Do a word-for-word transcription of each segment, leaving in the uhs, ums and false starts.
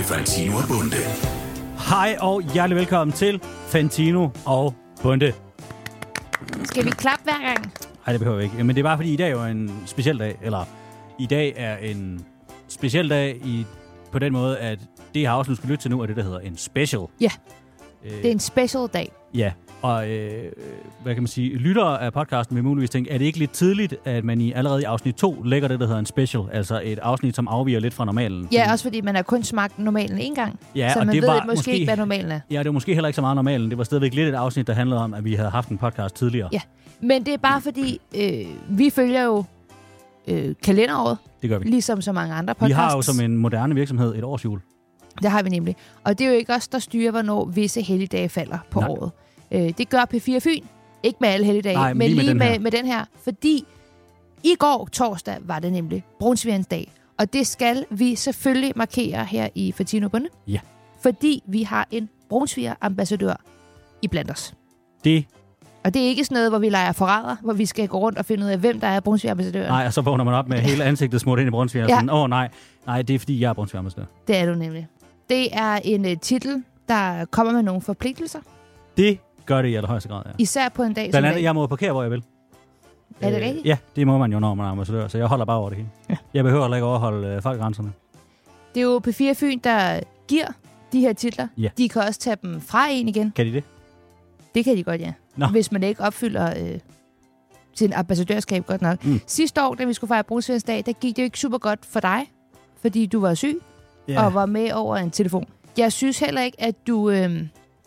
Fantino og Bunde. Hej og hjertelig velkommen til Fantino og Bunde. Skal vi klappe hver gang? Nej, det behøver vi ikke. Men det er bare fordi, i dag er jo en speciel dag. Eller, i dag er en speciel dag i, på den måde, at det her afsnit, du skal lytte til nu, er det, der hedder en special. Ja, øh, det er en special dag. Ja, og øh, hvad kan man sige, lyttere af podcasten vil muligvis tænke, er det ikke lidt tidligt, at man i allerede i afsnit to lægger det, der hedder en special, altså et afsnit, som afviger lidt fra normalen? Ja, også fordi man har kun smagt normalen en gang, ja, så og man det ved var måske, måske ikke, hvad normalen er. Ja, det var måske heller ikke så meget normalen. Det var stadigvæk lidt et afsnit, der handlede om, at vi havde haft en podcast tidligere. Ja, men det er bare fordi, øh, vi følger jo øh, kalenderåret, det gør vi. Ligesom så mange andre podcasts. Vi har jo som en moderne virksomhed et årsjul. Det har vi nemlig. Og det er jo ikke os, der styrer, hvornår visse helligdage falder på Nej. året. Øh, det gør P fire Fyn. Ikke med alle helligdage, Nej, men men lige lige med den med, her. med den her. Fordi i går torsdag var det nemlig brunsvigerens dag. Og det skal vi selvfølgelig markere her i Fantino Bunde. Ja. Fordi vi har en brunsviger-ambassadør i blandt os. Det... Og det er ikke sådan noget, hvor vi leger forræder, hvor vi skal gå rundt og finde ud af, hvem der er brunsviger-ambassadør. Nej, og så vågner man op med hele ansigtet smurt ind i brunsviger. Og Ja. sådan, åh oh, nej, nej, det er fordi, jeg er brunsviger-ambassadør. Det er du nemlig. Det er en uh, titel, der kommer med nogle forpligtelser. Det gør det i allerhøjeste grad, ja. Især på en dag som Blandt andet, dag. jeg må parkere, hvor jeg vil. Er det Øh, rigtigt? Ja, det må man jo, når man er ambassadør, så jeg holder bare over det hele. Ja. Jeg behøver heller ikke overholde øh, fartgrænserne. Det er jo P fire Fyn, der giver de her titler. Ja. De kan også tage dem fra en igen. Kan de det? Det kan de godt, ja. Nå. Hvis man ikke opfylder øh, sin ambassadørskab godt nok. Mm. Sidste år, da vi skulle fejre brugsværdens dag, der gik det jo ikke super godt for dig, fordi du var syg Ja. og var med over en telefon. Jeg synes heller ikke, at du... Øh,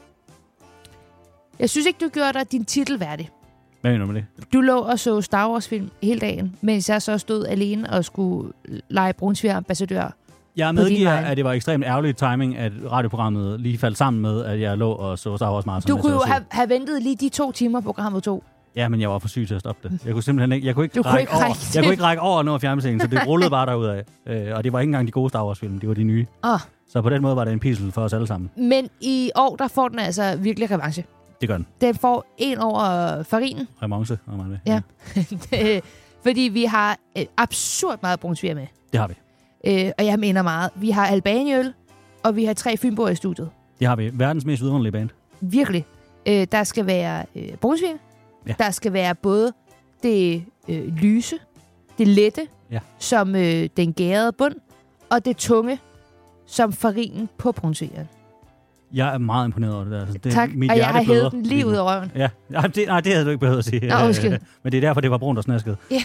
jeg synes ikke, du gjorde dig din titel værdig. Hvad mener du med det? Du lå og så Star Wars-film hele dagen, mens jeg så stod alene og skulle lege brunsviger-ambassadør. På Jeg din medgiver, vej. at det var ekstremt ærgerlig timing, at radioprogrammet lige faldt sammen med, at jeg lå og så Star Wars meget. Du kunne jo have, have ventet lige de to timer, programmet tog. Ja, men jeg var for syg til at stoppe det. Jeg kunne simpelthen ikke, jeg kunne ikke, Du kunne række, ikke over, række til. jeg kunne ikke række over noget fjernbetjening, så det rullede bare derudad. Øh, og det var ikke engang de gode Star Wars-film, det var de nye. Oh. Så på den måde var det en pidsel for os alle sammen. Men i år, der får den altså virkelig revanche. Det gør den. Den får en over farinen. Remonce, om man vil. Ja. Fordi vi har øh, absurd meget brunsviger med. Det har vi. Øh, og jeg mener meget. Vi har Albaniøl, og vi har tre fynboer i studiet. Det har vi. Verdens mest vidunderlige band. Virkelig. Øh, der skal være øh, brunsviger. Ja. Der skal være både det øh, lyse, det lette, Ja. som øh, den gærede bund, og det tunge, som farinen på brunsvigeren. Jeg er meget imponeret over det der. Altså, det, Tak, mit og jeg hjerte har bløder hævet den lige nu. ud af røven. Ja, nej det, nej, det havde du ikke behøvet at sige. Nå, undskyld. Men det er derfor, det var brunt og snasket. Ja.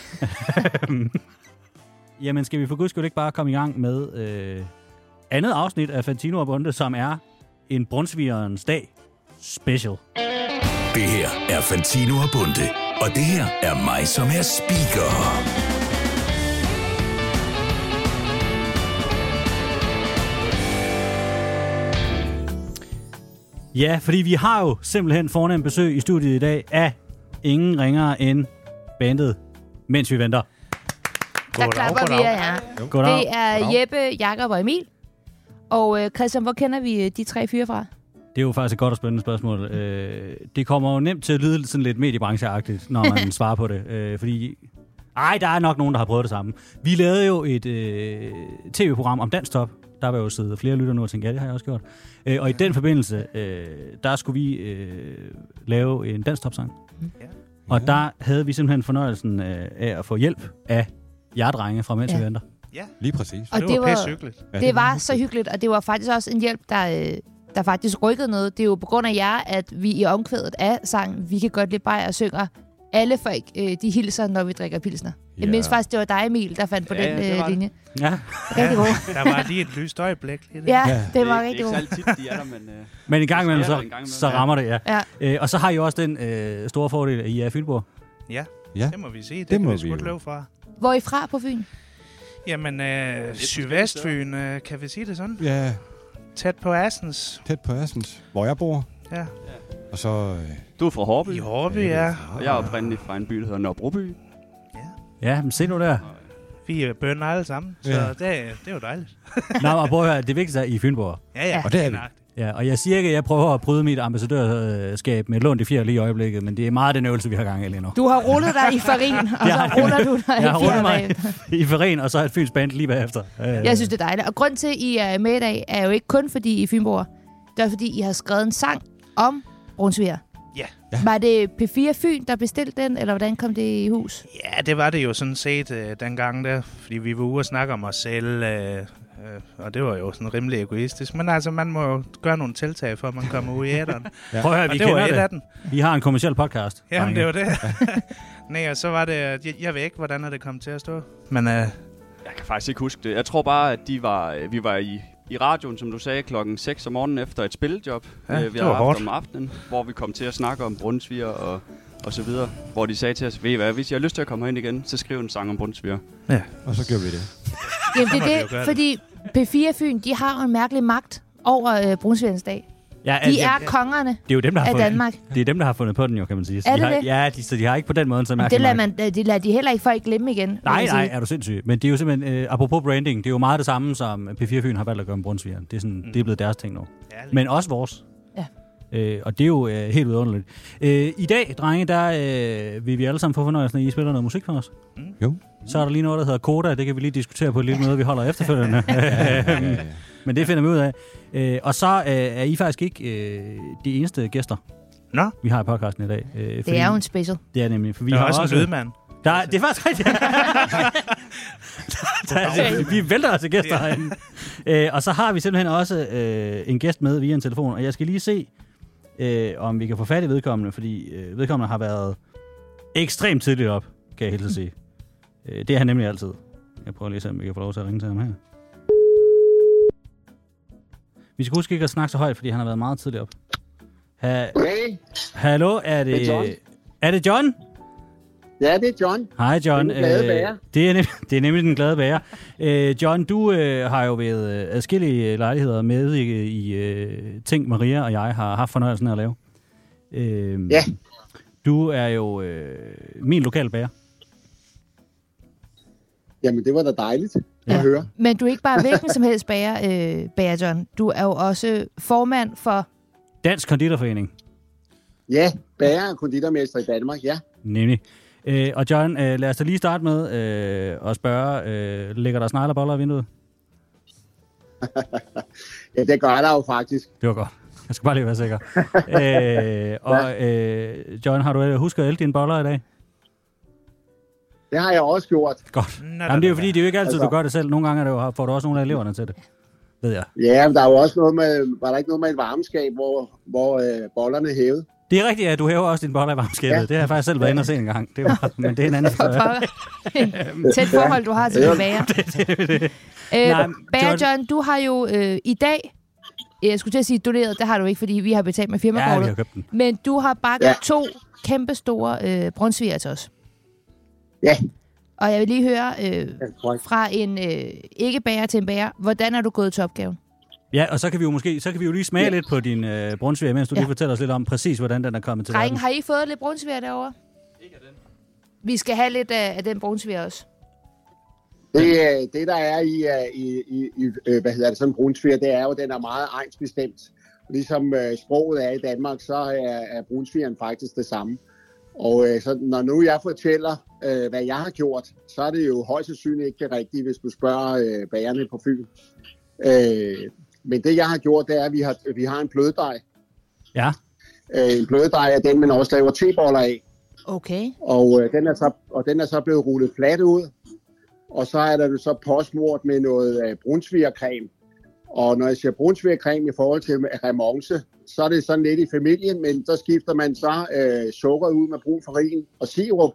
Jamen, skal vi for guds skyld ikke bare komme i gang med øh, andet afsnit af Fantino og Bunde, som er en brunsvigerens dag special. Det her er Fantino og Bunde, og det her er mig, som er speaker. Ja, fordi vi har jo simpelthen fornemt besøg i studiet i dag af ingen ringere end bandet, mens vi venter. Der klapper vi af jer. Goddag. Det er Jeppe, Jakob og Emil. Og øh, Christian, hvor kender vi øh, de tre fyre fra? Det er jo faktisk et godt og spændende spørgsmål. Øh, det kommer jo nemt til at lyde sådan lidt mediebrancheagtigt, når man svarer på det. Øh, fordi, ej, der er nok nogen, der har prøvet det samme. Vi lavede jo et øh, tv-program om Danstop. Der var jo siddet flere lytter nu og tænkte, ja, det har jeg også gjort. Øh, og i den forbindelse, øh, der skulle vi øh, lave en Danstop-sang. Ja. Og der havde vi simpelthen fornøjelsen øh, af at få hjælp af jer drenge fra Mens Ja. vi venter. Ja, Lige præcis. Og det, det var var- pisse hyggeligt. Ja, Det var så hyggeligt, og det var faktisk også en hjælp, der, øh, der faktisk rykkede noget. Det er jo på grund af jer, at vi i omkvædet af sangen, vi kan godt lide bajer og synger. Alle folk, øh, de hilser, når vi drikker pilsner. Ja. Jeg mindes faktisk, det var dig, Emil, der fandt på Ja, den det øh, var det. linje. Ja. Rigtig god. Der var lige et lyst øjeblik. Lige der. Ja, Ja. det var det, rigtig det er god. ikke så altid, de er der, men... Øh, Men i gang imellem, Det sker så, der en gang imellem, så ja. rammer det, ja. Ja. Øh, og så har I også den øh, store fordel, at I er Fynborg. Ja, Ja, det må vi se. Det, Det det må kan vi vi sgu jo. ikke løbe fra. Hvor er I fra på Fyn? Jamen, øh, Sydvestfyn, øh, kan vi sige det sådan? ja, Tæt på Assens. tæt på Assens, hvor jeg bor. Ja. Og så... Øh, du er fra Hårby, I Hårby, ja. og jeg er oprindeligt fra en by, der hedder Nørrebroby. Ja, men se nu der. Vi er bønder alle sammen, så Ja. det, det er jo dejligt. Nå, og prøv at høre, det vigtigste er, at I er Fynborg. Ja, ja. Og det er vi. Ja, og jeg siger ikke, at jeg prøver at bryde mit ambassadørskab med lånt i fjer lige i øjeblikket, men det er meget den øvelse, vi har gang i lige nu. Du har rullet dig i farin, og så ruller du dig jeg i har rullet mig fjer. i farin, og så et Fyns band lige bagefter. Jeg synes, det er dejligt. Og grund til, at I er med i dag, er jo ikke kun fordi I er fynboer. Det er fordi, I har skrevet en sang om brunsviger. Ja. Ja. Var det P fire Fyn, der bestilte den, eller hvordan kom det i hus? Ja, det var det jo sådan set øh, dengang der, fordi vi var ude og snakke om os selv, øh, øh, og det var jo sådan rimelig egoistisk. Men altså, man må jo gøre nogle tiltag, for at man kommer ud i æderen. Ja. Prøv at høre, vi det kender det. det. Vi har en kommerciel podcast. Jamen, det var det. Nej, og så var det, jeg, jeg ved ikke, hvordan er det kom til at stå. Men, øh, jeg kan faktisk ikke huske det. Jeg tror bare, at de var, vi var i... I radioen, som du sagde, klokken seks om morgenen efter et spillejob, ja, øh, vi har haft om aftenen, hvor vi kom til at snakke om brunsviger og, og så videre. Hvor de sagde til os, ved I hvad, hvis jeg har lyst til at komme hen igen, så skriv en sang om brunsviger. Ja, og så gjorde vi det. Jamen det er det, fordi P fire Fyn, de har jo en mærkelig magt over øh, brunsvigernes dag. Ja, de er ja, kongerne det er jo dem, der har af fundet, Danmark. Det er dem, der har fundet på den jo, kan man sige. Så er de det har, det? Ja, de, så de har ikke på den måde så mærkelig det lader, man, det lader de heller ikke folk glemme igen. Nej, nej, er du sindssyg. Men det er jo simpelthen, øh, apropos branding, det er jo meget det samme, som P fire Fyn har valgt at gøre med brunsviger. Det er, sådan, mm. det er blevet deres ting nu. Ja, men også vores. Ja. Øh, og det er jo øh, helt vidunderligt. Øh, I dag, drenge, der øh, vil vi alle sammen få fornøjelsen, at I spiller noget musik for os. Mm. Jo. Så er der lige noget, der hedder Koda. Det kan vi lige diskutere på et lille møde, vi holder efterfølgende. ja, ja, ja. Men det finder vi ud af. Øh, og så øh, er I faktisk ikke øh, de eneste gæster, Nå? vi har i podcasten i dag. Øh, det er jo en special. Det er nemlig. For vi der er har også, også en lydmand. Der, det er faktisk rigtigt. der, der, vi vælter altså gæster ja. herinde. Øh, og så har vi simpelthen også øh, en gæst med via en telefon. Og jeg skal lige se, øh, om vi kan få fat i vedkommende, fordi øh, vedkommende har været ekstremt tidligt op, kan jeg helt sige. Øh, det er han nemlig altid. Jeg prøver lige at se, om vi kan få lov til at ringe til ham her. Vi skal huske ikke at snakke så højt, fordi han har været meget tidligt op. Ha- hey. Hallo, er det, det er John? Er det John? Ja, det er John. Hej John. Den glade bager. Øh, det, er nem- det er nemlig den glade bager. øh, John, du øh, har jo ved øh, adskillige lejligheder med i, i øh, ting, Maria og jeg har haft fornøjelsen af at lave. Øh, ja. Du er jo øh, min lokale bager. Jamen, det var da dejligt ja. at høre. Men du er ikke bare hvilken som helst bager, øh, bager, John. Du er jo også formand for... Dansk Konditorforening. Ja, bager og konditormester i Danmark, ja. Nemlig. Øh, og John, øh, lad os da lige starte med øh, at spørge, øh, ligger der sneglerboller i vinduet? Ja, det gør der jo faktisk. Det var godt. Jeg skal bare lige være sikker. øh, og øh, John, har du husket at ælde dine boller i dag? Det har jeg også gjort. Godt. Jamen, det er jo fordi, det er jo ikke altid, altså, du gør det selv. Nogle gange er det jo, får du også nogle af eleverne til det. Ved jeg. Ja, men der er jo også noget med, var der ikke noget med et varmeskab, hvor, hvor øh, bollerne hævede? Det er rigtigt, at du hæver også dine boller i varmeskabet. Ja. Det har jeg faktisk selv været inde og se en gang. Det var, men det er en anden historie. Tæt forhold, du har til din bager. det, det, det, det. Øh, Nej, bager John, John, du har jo øh, i dag, jeg skulle til at sige doneret, det har du ikke, fordi vi har betalt med firmakortet. Ja, vi har købt den. Men du har bakket ja. to kæmpe store øh, brunsviger til os. Ja. Og jeg vil lige høre øh, fra en øh, ikke-bager til en bager, hvordan er du gået til opgaven? Ja, og så kan vi jo måske så kan vi jo lige smage ja. lidt på din øh, brunsviger, mens du ja. lige fortæller os lidt om præcis, hvordan den er kommet til Dreng, verden. har I fået lidt brunsviger derovre? Ikke af den. Vi skal have lidt af, af den brunsviger også. Det, det der er i, i, i, i hvad hedder det, sådan en brunsviger, det er jo, den er meget egnsbestemt. Ligesom øh, sproget er i Danmark, så er, er brunsvigeren faktisk det samme. Og øh, så når nu jeg fortæller, øh, hvad jeg har gjort, så er det jo højst sandsynligt ikke det rigtige, hvis du spørger øh, bagerne på Fyn. Øh, men det jeg har gjort, det er, at vi har, vi har en bløddej. Ja. Øh, en bløddej er den, man også laver teboller af. Okay. Og, øh, den er så, og den er så blevet rullet fladt ud. Og så er der så påsmurt med noget øh, brunsvigercreme. Og når jeg siger brunsvigercreme i forhold til remonce, så er det sådan lidt i familien, men så skifter man så øh, sukker ud med brun farin og sirup.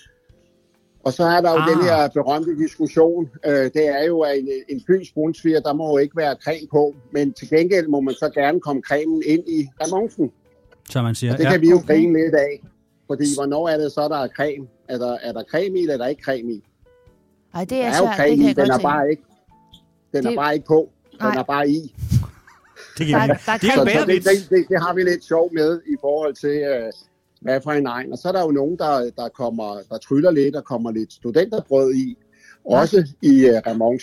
Og så er der jo ah. den her berømte diskussion. Øh, det er jo, at en, en fyns brunsviger, der må jo ikke være creme på, men til gengæld må man så gerne komme cremen ind i remoncen. Så man siger, og det ja. kan vi jo grine lidt af. Fordi hvornår er det så, der er creme? Er der, er der creme i, eller er der ikke creme i? Ej, det er, der er svært. jo creme det kan i, den er bare ikke, den det... er bare ikke på. Den Nej. er bare i. Det, kan der, der, der det, så, så det, det, det, det har vi lidt sjov med i forhold til, øh, hvad for en egen. Og så er der jo nogen, der, der, kommer, der tryller lidt og kommer lidt studenterbrød i. Også ja. i uh, remoncen.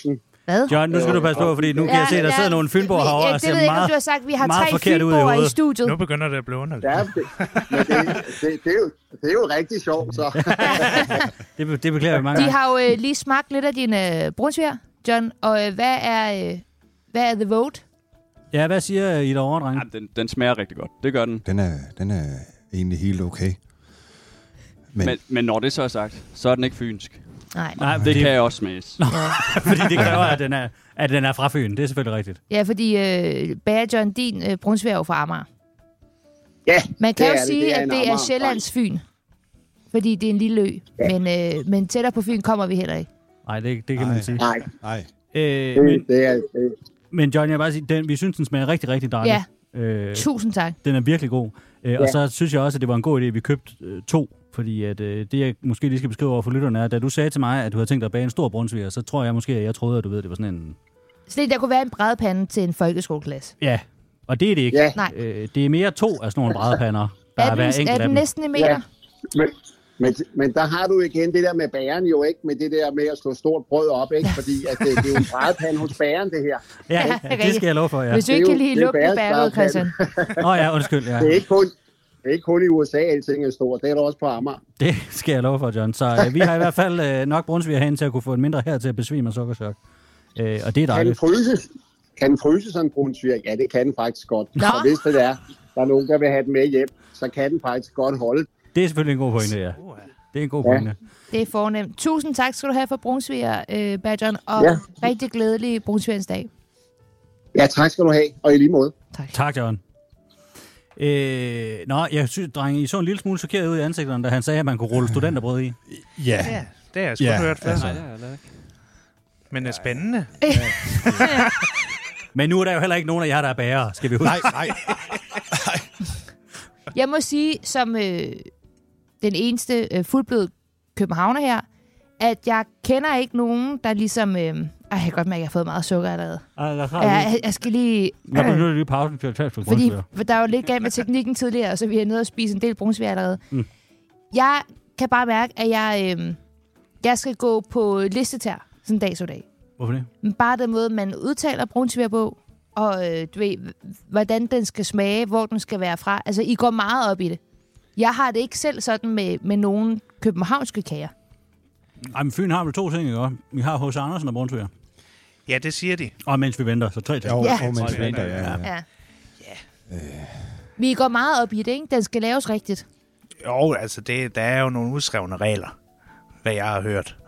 Hvad? John, nu skal du passe på, fordi nu kan jeg se, at der sidder nogle fynboer vi- herovre ja, og det ved ser jeg ikke, om meget, du har sagt. Vi har meget tre forkert ud i fynboer i hovedet. studiet. Nu begynder det at blive underligt. Ja, det, men det, det, det, er jo, det er jo rigtig sjovt, så. Det, be- det beklager vi mange De gange. har jo øh, lige smagt lidt af dine øh, brunsviger, John. Og øh, hvad er øh, hvad er the vote? Ja, hvad siger I derovre, drenge? Ja, den, den smager rigtig godt. Det gør den. Den er, den er egentlig helt okay. Men, Men, men når det så er sagt, så er den ikke fynsk. Nej. Nej, Det kan jeg også smages. fordi det kræver, at den er, at den er fra Fyn. Det er selvfølgelig rigtigt. Ja, fordi øh, Bager John, din øh, brunsviger er jo fra Amager. Ja, Man kan det jo er det. sige, Det er at en det er Amager-dreng. Sjællands Fyn. Fordi det er en lille ø. Ja. Men, øh, men tættere på Fyn kommer vi heller ikke. Nej, det, det kan Ej. man sige. Nej, nej. Øh, det, men, det er... Det, men John, jeg vil bare sige, den, vi synes, den smager rigtig, rigtig dejligt. Ja. Øh, Tusind tak. den er virkelig god. Øh, Ja. Og så synes jeg også, at det var en god idé, at vi købte øh, to. Fordi at, øh, det, jeg måske lige skal beskrive over for lytterne, er, da du sagde til mig, at du havde tænkt dig at bage en stor brunsviger, så tror jeg måske, at jeg troede, at du ved, at det var sådan en... Så det, der kunne være en brædepande til en folkeskoleklasse. Ja, og det er det ikke. Ja. Nej. Øh, det er mere to af sådan nogle brædepander. Der er, Er hver den, enkelt er af den dem. næsten en meter? Ja. men, men, men der har du igen det der med bageren jo ikke, med det der med at slå stort brød op, ikke? Fordi at det, det er jo en brædepande hos bageren, det her. Ja, Ja, ja, det skal jeg love for, ja. Hvis du Det er ikke jo- kan lide det er lugten af bærens bæret, Christian. Åh oh, ja, undskyld. Ja. Det er ikke kun, det er ikke kun i U S A, at alting er stort. Det er der også på Amager. Det skal jeg love for, John. Så øh, vi har i hvert fald øh, nok brunsviger herinde til at kunne få en mindre her til at besvime af sukkerchok. Øh, og det er Kan den dejligt. fryses? Kan den fryse sådan en brunsviger? Ja, det kan den faktisk godt. Nå. Og hvis det er, der er nogen, der vil have den med hjem, så kan den faktisk godt holde. Det er selvfølgelig en god pointe, ja. Det er en god Ja. pointe. Det er fornemt. Tusind tak skal du have for brunsviger, øh, Bager John. Og Ja. rigtig glædelig brunsvigerens dag. Ja, tak skal du have, og i lige måde. Tak. Tak, John. Øh, nå, jeg synes, drenge, I så en lille smule chokeret ud i ansigterne, da han sagde, at man kunne rulle studenterbrød i. Ja. Ja, det har jeg sgu Ja, hørt før. altså. Men det er spændende. Men nu er der jo heller ikke nogen af jer, der er bærere, skal vi huske. Nej, nej. Jeg må sige, som øh, den eneste øh, fuldblød københavner her, at jeg kender ikke nogen, der ligesom... Øh, ej, jeg kan godt mærke, at jeg har fået meget sukker allerede. Ej, der Ja, jeg, jeg skal lige... Jeg benytter lige pausen til at tage Fordi brunsviger. for der er jo lidt galt med teknikken tidligere, og så vi er nede og spise en del brunsviger allerede. Mm. Jeg kan bare mærke, at jeg, øh, jeg skal gå på listetær sådan dag så dag. Hvorfor det? Men bare den måde, man udtaler brunsviger på, og øh, du ved, hvordan den skal smage, hvor den skal være fra. Altså, I går meget op i det. Jeg har det ikke selv sådan med, med nogle københavnske kager. Ej, men Fyn har vel to ting, ikke? Vi har H C Andersen og brunsviger. Ja, det siger de. Og mens vi venter, så tre ting. Jo, Ja. ja. mens vi venter, ja, ja. Ja. ja. Vi går meget op i det, ikke? Den skal laves rigtigt. Jo, altså, det, der er jo nogle udskrevne regler, hvad jeg har hørt.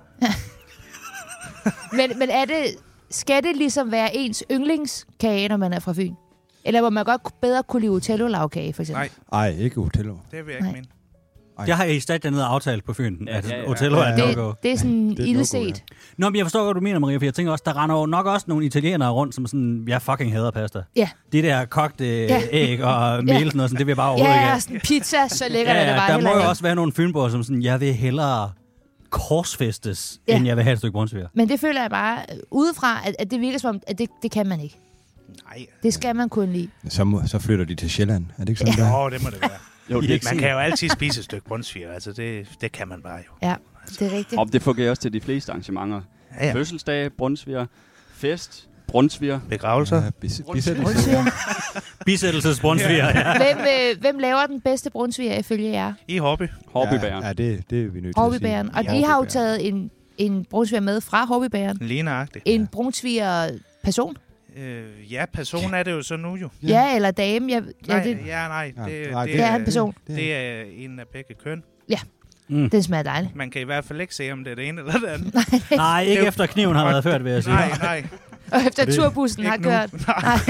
Men, men er det, skal det ligesom være ens yndlingskage, når man er fra Fyn? Eller hvor man godt bedre kunne lide Otello-lavkage, for eksempel? Nej. Ej, ikke Otello. Det vil jeg ikke Nej. mene. Det har I stadig dernede aftalt på Fyn, Ja, at ja, ja. Otello er Ja, en ja. no-go. Det, det er sådan Det er et ildset. no-go, Nå, men jeg forstår, hvad du mener, Maria, for jeg tænker også, der render jo nok også nogle italienere rundt, som sådan, jeg fucking hader pasta. Ja. Det der kogte øh, Ja. æg og mel, sådan noget, sådan, det vil jeg bare overhovedet Ja, ikke og have. sådan pizza, så lækker Ja, det ja, bare der heller må jo ikke. også være nogle fynboer, som sådan, jeg vil hellere korsfæstes, Ja. end jeg vil have et stykke brunsviger. Men det føler jeg bare øh, udefra, at, at det virker som om, at det, det kan man ikke. Nej. Det skal man kun lide. Så, må, så flytter de til Sjælland. Er det ikke sådan, der? Åh, oh, det må det være. Jo, det er ikke Man kan jo altid spise et stykke brunsviger. Altså, det, det kan man bare jo. Ja, det er rigtigt. Og det fungerer også til de fleste arrangementer. Ja, ja. Fødselsdag, brunsviger, fest, brunsviger. Begravelser. Ja, bis, Brunsviger. bisættelse. Bisættelsesbrunsviger, ja. Hvem, øh, hvem laver den bedste brunsviger ifølge jer? I hobby. Horbybæren. Ja, ja, det, det er vi nødt til at sige. Horbybæren. Og Ja, I har jo Horbybæren. taget en, en brunsviger med fra Horbybæren. Lige nøjagtigt. En brunsviger person. Øh, ja, person er det jo så nu jo. Ja. Ja, eller dame. Jeg, ja, Nej, det, ja, nej. Ja, Det, nej, det, det er en person. Det er en af begge køn. Mm. Den smager dejligt. Man kan i hvert fald ikke se, om det er det ene eller det andet. Nej, ikke efter kniven har været ført, vil jeg sige. Nej, nej. Og efter Det- turbussen har Ikke nu. kørt. Nej.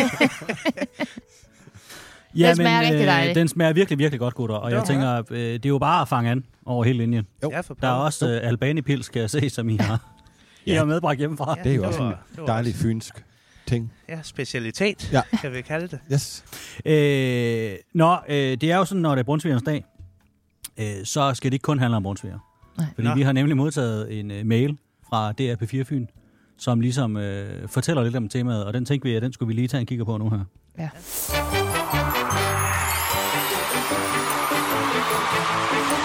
Ja, Den smager rigtig øh, dejligt. den smager virkelig, virkelig godt, gutter. Og Det jeg var tænker, øh, det er jo bare at fange an over hele linjen. Jo. Ja, for Der er også øh, Albani-pils, kan jeg se, som I har, I Ja. har medbragt hjemmefra. Det er jo Det også var- en det var dejlig fynsk ting. Ja, specialitet, Ja. kan vi kalde det. Yes. Øh, nå, øh, det er jo sådan, når det er brunsvigernes dag, øh, så skal det ikke kun handle om brunsviger. Nej. Fordi Nå. vi har nemlig modtaget en øh, mail fra D R P fire Fyn, som ligesom øh, fortæller lidt om temaet, og den tænkte vi, at den skulle vi lige tage en kigger på nu her. Ja.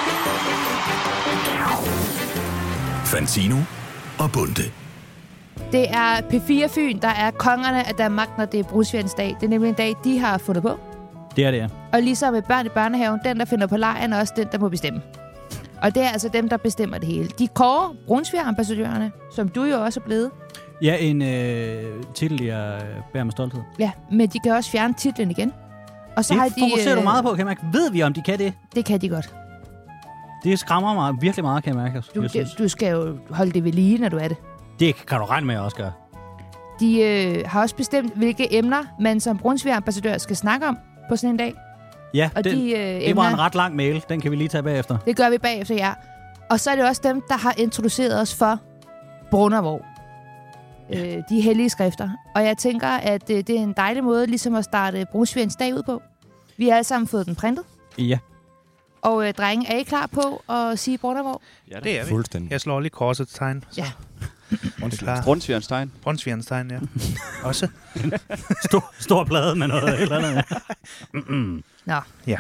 Fantino og Bunde. Det er P fire Fyn, der er kongerne af Danmark, når det er brunsvigerens dag. Det er nemlig en dag, de har fundet på. Det er det, ja. Og ligesom med børn i børnehaven, den, der finder på lejren, er også den, der må bestemme. Og det er altså dem, der bestemmer det hele. De kårer brunsvigerambassadørerne, som du jo også er blevet. Ja, en øh, titel, jeg bærer med stolthed. Ja, men de kan også fjerne titlen igen. Og så det har de, fokuserer øh, du meget på, kan jeg mærke. Ved vi, om de kan det? Det kan de godt. Det skræmmer mig virkelig meget, kan jeg mærke. Du, jeg det, du skal jo holde det ved lige, når du er det. Det kan du regne med, at jeg også gør. De øh, har også bestemt, hvilke emner man som brunsvigerambassadør skal snakke om på sådan en dag. Ja, og den, de, øh, det emner, var en ret lang mail. Den kan vi lige tage bagefter. Det gør vi bagefter, ja. Og så er det også dem, der har introduceret os for Brunnervog. Ja. Øh, de hellige skrifter. Og jeg tænker, at øh, det er en dejlig måde ligesom at starte brunsvigerens dag ud på. Vi har alle sammen fået den printet. Ja. Og øh, drenge, er I klar på at sige Brunnervog? Ja, det er vi. Fuldstændig. Jeg slår lige korsets tegn. Så. Ja. Brunsvigerens tegn. Brunsvigerens tegn, ja. Også. Stor, stor plade med noget eller andet. Mm-mm. Nå. Ja.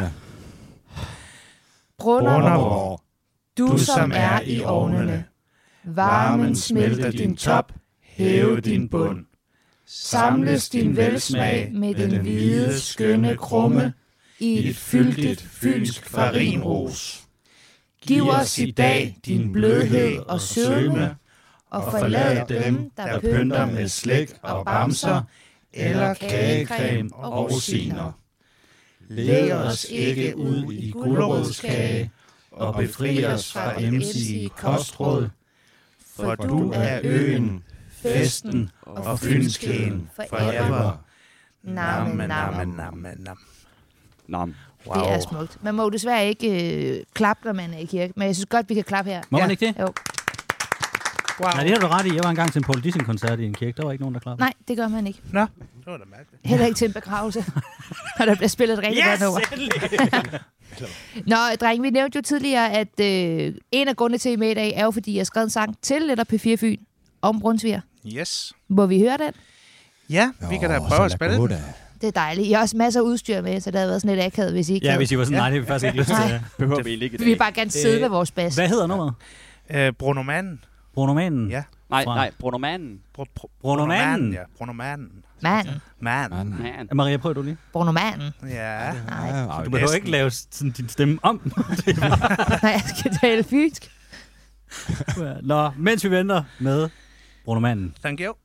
Brunnervog, du, du som er i ovnene. Varmen smelter din top, hæve din bund. Samles din velsmag med den hvide, skønne krumme i et fyldigt fynsk farinros. Giv os i dag din blødhed og sødme, og forlad dem, der pynter med slik og bamser, eller kagecreme og rosiner. Led os ikke ud i gulerodskage, og befri os fra emsige kostråd, for du er øen, festen og fynskheden forever. Namme, namme, namme, namme. Nam. Wow. Det er smukt. Man må jo desværre ikke øh, klappe, når man er i kirke, men jeg synes godt, vi kan klappe her. Må ja. man ikke det? Jo. Wow. Nej, det har du ret i. Jeg var engang til en Paul Dissing-koncert i en kirke. Der var ikke nogen, der klappede. Nej, det gør man ikke. Nå, det var da mærkeligt. Heller ikke til en begravelse, når der bliver spillet et rigtig yes, godt nummer. Nå, drenge, vi nævnte jo tidligere, at øh, en af grundene til, at I er med i dag, er jo, fordi jeg skrev en sang til lidt af P fire Fyn om brunsviger. Yes. Må vi høre den? Ja, vi kan da prøve at spille den. Det er dejligt. I har også masser af udstyr med, så det havde været sådan lidt akavet, hvis I ikke Ja, havde. hvis I var sådan, nej, det har vi faktisk ikke lyst til. Behøver vi egentlig ikke i dag. Vi vil bare gerne sidde med vores bas. Hvad hedder nummeret? Øh, Bruno Manden. Bruno Manden? Ja. Nej, nej, Bruno Manden. Br- br- Bruno Manden? Ja, Bruno Manden. Manden. Manden. Man. Maria, prøv du lige. Bruno Manden. Ja. Nej. Du behøver ikke lave sådan din stemme om. Nej, jeg skal tale fynsk. Nå, mens vi venter med Bruno Manden. Thank you.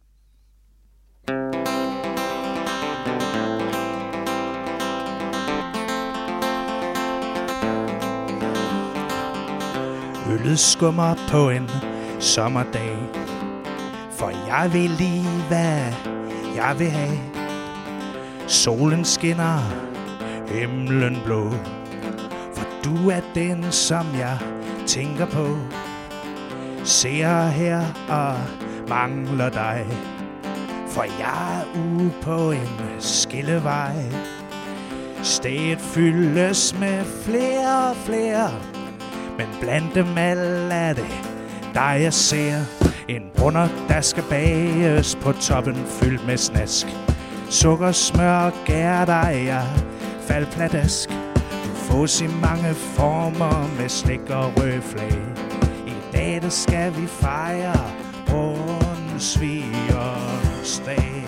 Øllet skummer på en sommerdag, for jeg vil lige, hvad jeg vil have. Solen skinner, himlen blå, for du er den, som jeg tænker på. Ser her og mangler dig, for jeg er ude på en skillevej. Stedet fyldes med flere og flere, men blandt dem alle er det dig, jeg ser. En brunner, der skal bages på toppen, fyldt med snask. Sukker, smør og gærter er faldpladask. Du fås i mange former med slik og rødflag. I dag der skal vi fejre brunsvigerens dag.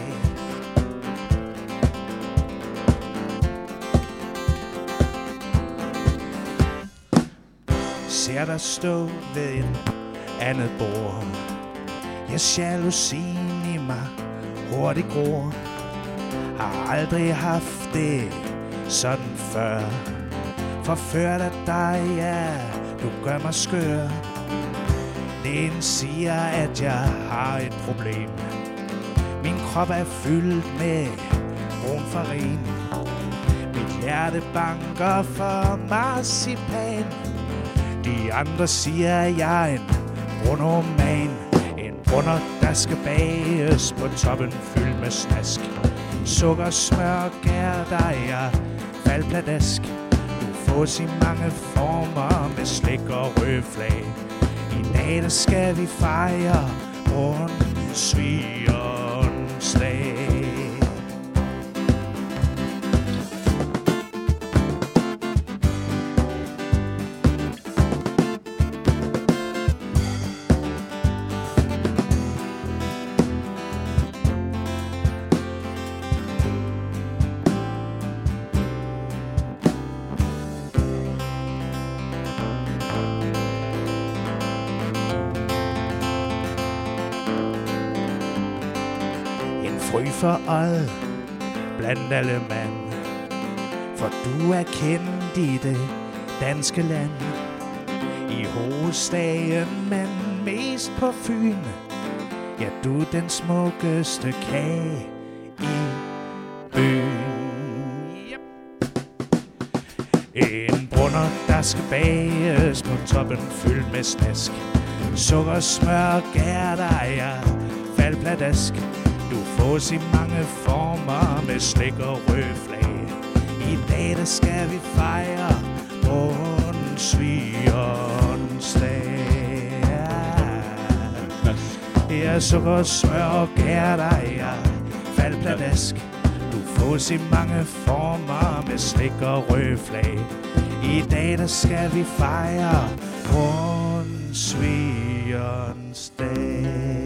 Ser dig stå ved et andet bord. Jeg jalousien i mig hurtigt gror. Har aldrig haft det sådan før. Forført af dig, ja, du gør mig skør. Den siger, at jeg har et problem. Min krop er fyldt med brun farin. Mit hjerte banker for marcipan. De andre siger, at jeg er en brunoman. En brunner, der skal bages på toppen, fyldt med snask. Sukker, smør, gærter er faldpladask. Du fås i mange former med slik og rødflag. I dag der skal vi fejre brunsvigerens dag. frø for øjet blandt alle mand. For du er kendt i det danske land, i hovedstaden, men mest på Fyn. Ja, du er den smukkeste kage i byen. Yep. En brunder, der skal bages på toppen fyldt med snask. Sukker, smør, gærter, ja, faldpladask. Du fås i mange former med slik og rød flag. I dag, der skal vi fejre Brunsvigerens dag. Ja, sukker, smør og gærter, ja, faldpladask. Du fås i mange former med slik og rød flag. I dag, der skal vi fejre Brunsvigerens dag.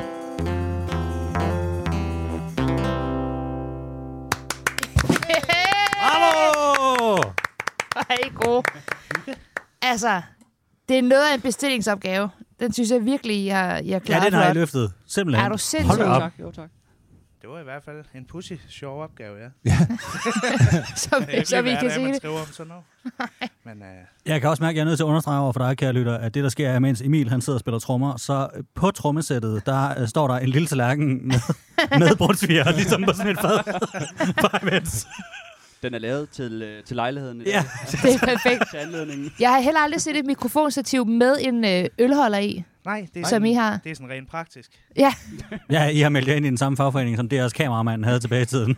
Hej, god. Altså, det er noget af en bestillingsopgave. Den synes jeg virkelig, jeg, jeg klarer. Ja, den har jeg løftet. Simpelthen. Er du sindssygt? Hold tak. Jo, tak. Det var i hvert fald en pussy sjov opgave, ja. så, så vi kan se det. Skriver om sådan noget. Men, uh... Jeg kan også mærke, at jeg er nødt til at understrege over for dig, kære lytter, at det, der sker, er, mens Emil han sidder og spiller trommer, så på trommesættet, der uh, står der en lille tallerken med, med brunsviger, ligesom på sådan et fad. Bare imens. Den er lavet til, øh, til lejligheden. Ja, det er perfekt. Til anledningen. Jeg har heller aldrig set et mikrofonstativ med en øh, ølholder i. Nej, det er, som I har. Det er sådan rent praktisk. Ja. Ja, I har meldt jer ind i den samme fagforening, som deres kameramand havde tilbage i tiden.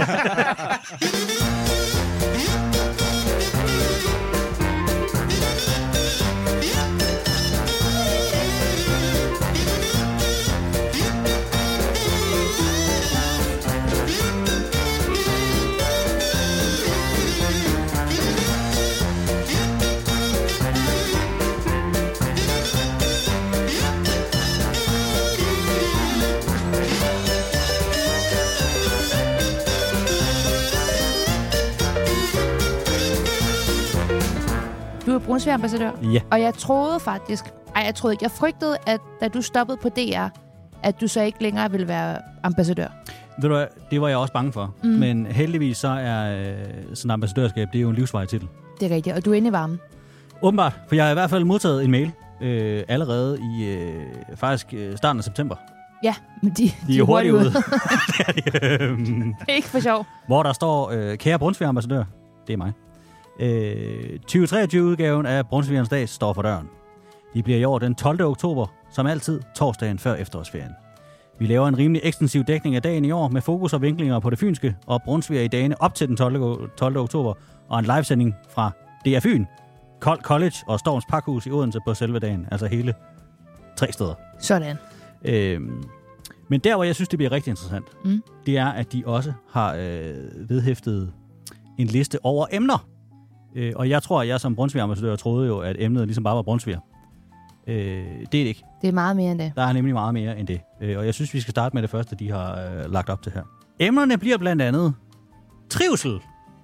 Du er Brunsviger-ambassadør. Ja. Og jeg troede faktisk... Ej, jeg troede ikke. Jeg frygtede, at da du stoppede på D R, at du så ikke længere ville være ambassadør. Ved du hvad, det var jeg også bange for. Mm. Men heldigvis så er øh, sådan et ambassadørskab, det er jo en livsvej titel. Det er rigtigt, og du er inde i varmen. Åbenbart, for jeg har i hvert fald modtaget en mail øh, allerede i øh, faktisk øh, starten af september. Ja, men de, de, de er hurtigt ude. øh, ikke for sjov. Hvor der står, øh, kære Brunsviger-ambassadør, det er mig. Øh, tyve treogtyve-udgaven af Brunsvigerens dag står for døren. De bliver i år den tolvte oktober, som altid torsdagen før efterårsferien. Vi laver en rimelig ekstensiv dækning af dagen i år, med fokus og vinklinger på det fynske og Brunsviger i dagene op til den tolvte oktober, og en livesending fra D R Fyn, Kold College og Storms Pakhus i Odense på selve dagen. Altså hele tre steder. Sådan. Øhm, men der, hvor jeg synes, det bliver rigtig interessant, mm. det er, at de også har øh, vedhæftet en liste over emner. Øh, og jeg tror, at jeg som Brunsviger-ambassadør troede jo, at emnet ligesom bare var Brunsviger. Øh, det er det ikke. Det er meget mere end det. Der er nemlig meget mere end det. Øh, og jeg synes, vi skal starte med det første, de har øh, lagt op til her. Emnerne bliver blandt andet trivsel.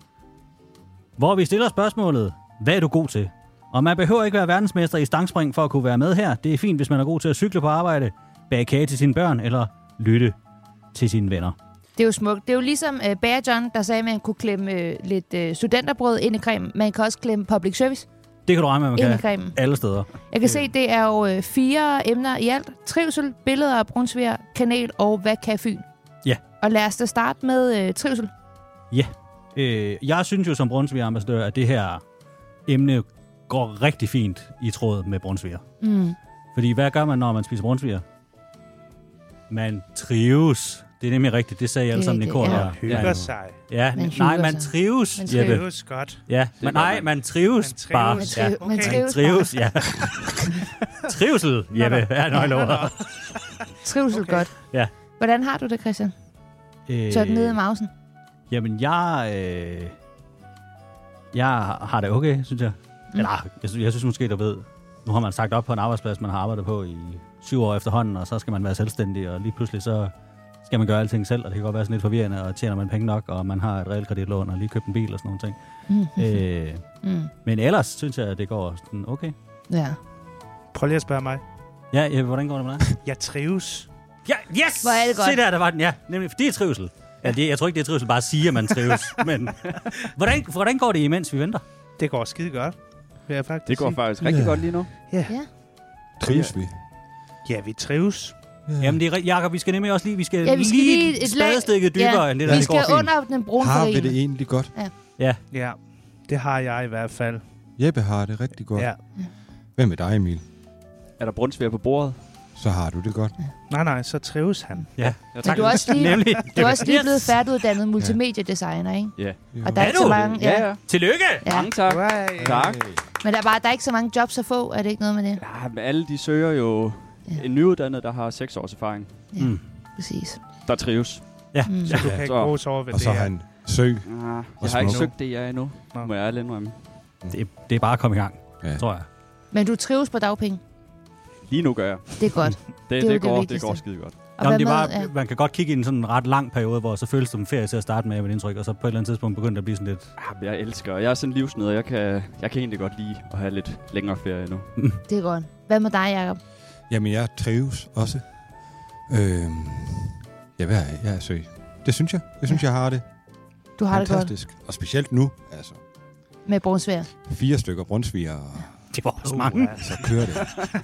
Hvor vi stiller spørgsmålet, hvad er du god til? Og man behøver ikke være verdensmester i stangspring for at kunne være med her. Det er fint, hvis man er god til at cykle på arbejde, bage kage til sine børn eller lytte til sine venner. Det er jo smukt. Det er jo ligesom uh, Bager John, der sagde, at man kunne klemme uh, lidt uh, studenterbrød ind i cremen. Man kan også klemme public service. Det kan du regne med, man ind kan i cremen. Alle steder. Jeg kan øh. se, det er jo uh, fire emner i alt. Trivsel, billeder af Brunsviger, kanal og hvad kan Fyn? Ja. Og lad os da starte med uh, trivsel. Ja. Øh, jeg synes jo som Brunsviger-ambassadør, at det her emne går rigtig fint i tråd med Brunsviger. Mm. Fordi hvad gør man, når man spiser Brunsviger? Man trives. Det er nemlig rigtigt. Det sagde jeg alle sammen i kor. Ja. Ja. Hygger sig. Ja, man nej, man sig. trives. Man trives godt. Ja, men nej, man trives, man trives bare. Man, tri- ja. man trives, man trives ja. Trivsel, Jeppe. Ja, nøj, lover. Trivsel okay. godt. Ja. Hvordan har du det, Christian? Øh, Så er den nede i mausen. Jamen, jeg... Øh, jeg har det okay, synes jeg. Mm. Eller, jeg, synes, jeg synes måske, du ved... Nu har man sagt op på en arbejdsplads, man har arbejdet på i syv år efterhånden, og så skal man være selvstændig, og lige pludselig så skal man gøre alting selv, og det kan godt være sådan lidt forvirrende, og tjener man penge nok, og man har et realkreditlån, og lige købt en bil og sådan nogle ting. Mm. Øh, mm. Men ellers synes jeg, at det går sådan okay. Ja. Prøv lige at spørge mig. Ja, ja hvordan går det med dig? Jeg trives. Ja, yes! Hvor er det godt. Se der, der var den, ja. Nemlig, det er trivsel. Ja, det, jeg tror ikke, det er trivsel bare at sige, at man trives. Men hvordan, hvordan går det, imens vi venter? Det går skide godt. Vil jeg faktisk Det går sige. faktisk rigtig Ja. godt lige nu. Ja. Ja. Trives vi? Ja, vi trives. Jamen, det er, Jacob, vi skal nemlig også lige, vi skal, Ja, vi skal lige, lige et spadestikket lag- dybere ja, end det, der Vi det skal går fint. under den brune Har vi farin. det egentlig godt? Ja, Ja, det har jeg i hvert fald. Jeppe har det rigtig godt. Ja. Hvem med dig, Emil? Er der brunsviger på bordet? Så har du det godt. Nej, nej, så trives han. ja. Ja, Men du er også lige, Nemlig. du er også lige blevet Yes. færdiguddannet multimediedesigner, ikke? Ja. Og der er Er ikke så du? mange... Ja, ja. Tillykke! Ja. Mange tak. Right. Tak. Men der er, bare, der er ikke så mange jobs at få, er det ikke noget med det? Ja, men alle de søger jo Ja. en nyuddannet, der har seks års erfaring. Ja, Mm. præcis. Der trives. Ja. Mm. Så du kan ikke Så. rose over ved Og det så her. har han søg. Ah, jeg har ikke smuk. søgt det, jeg er endnu. Nå. Må jeg ærligt indrømme. Det, det er bare at komme i gang, Ja. tror jeg. Men du trives på dagpenge. Lige nu gør jeg. Det er godt. Det, Det er det, jo det, det går, det vigtigste. går skide godt. Og Jamen, hvad det med, var, ja. man kan godt kigge i en sådan ret lang periode, hvor så føles det som ferie til at starte med, med et indtryk, og så på et eller andet tidspunkt begyndte det at blive sådan lidt... Ah, jeg elsker. Jeg er sådan en livsnyder. Jeg kan, jeg kan egentlig godt lide at have lidt længere ferie nu. Det er godt. Hvad med dig, Jacob? Jamen, jeg trives også. Øhm, ja, hvad er jeg? Jeg er søg. Det synes jeg. Jeg synes, jeg har det Du har det fantastisk. Og specielt nu, altså. godt med brunsvær. Fire stykker brunsviger, og Det var også Uh, mange. ja. så kører det.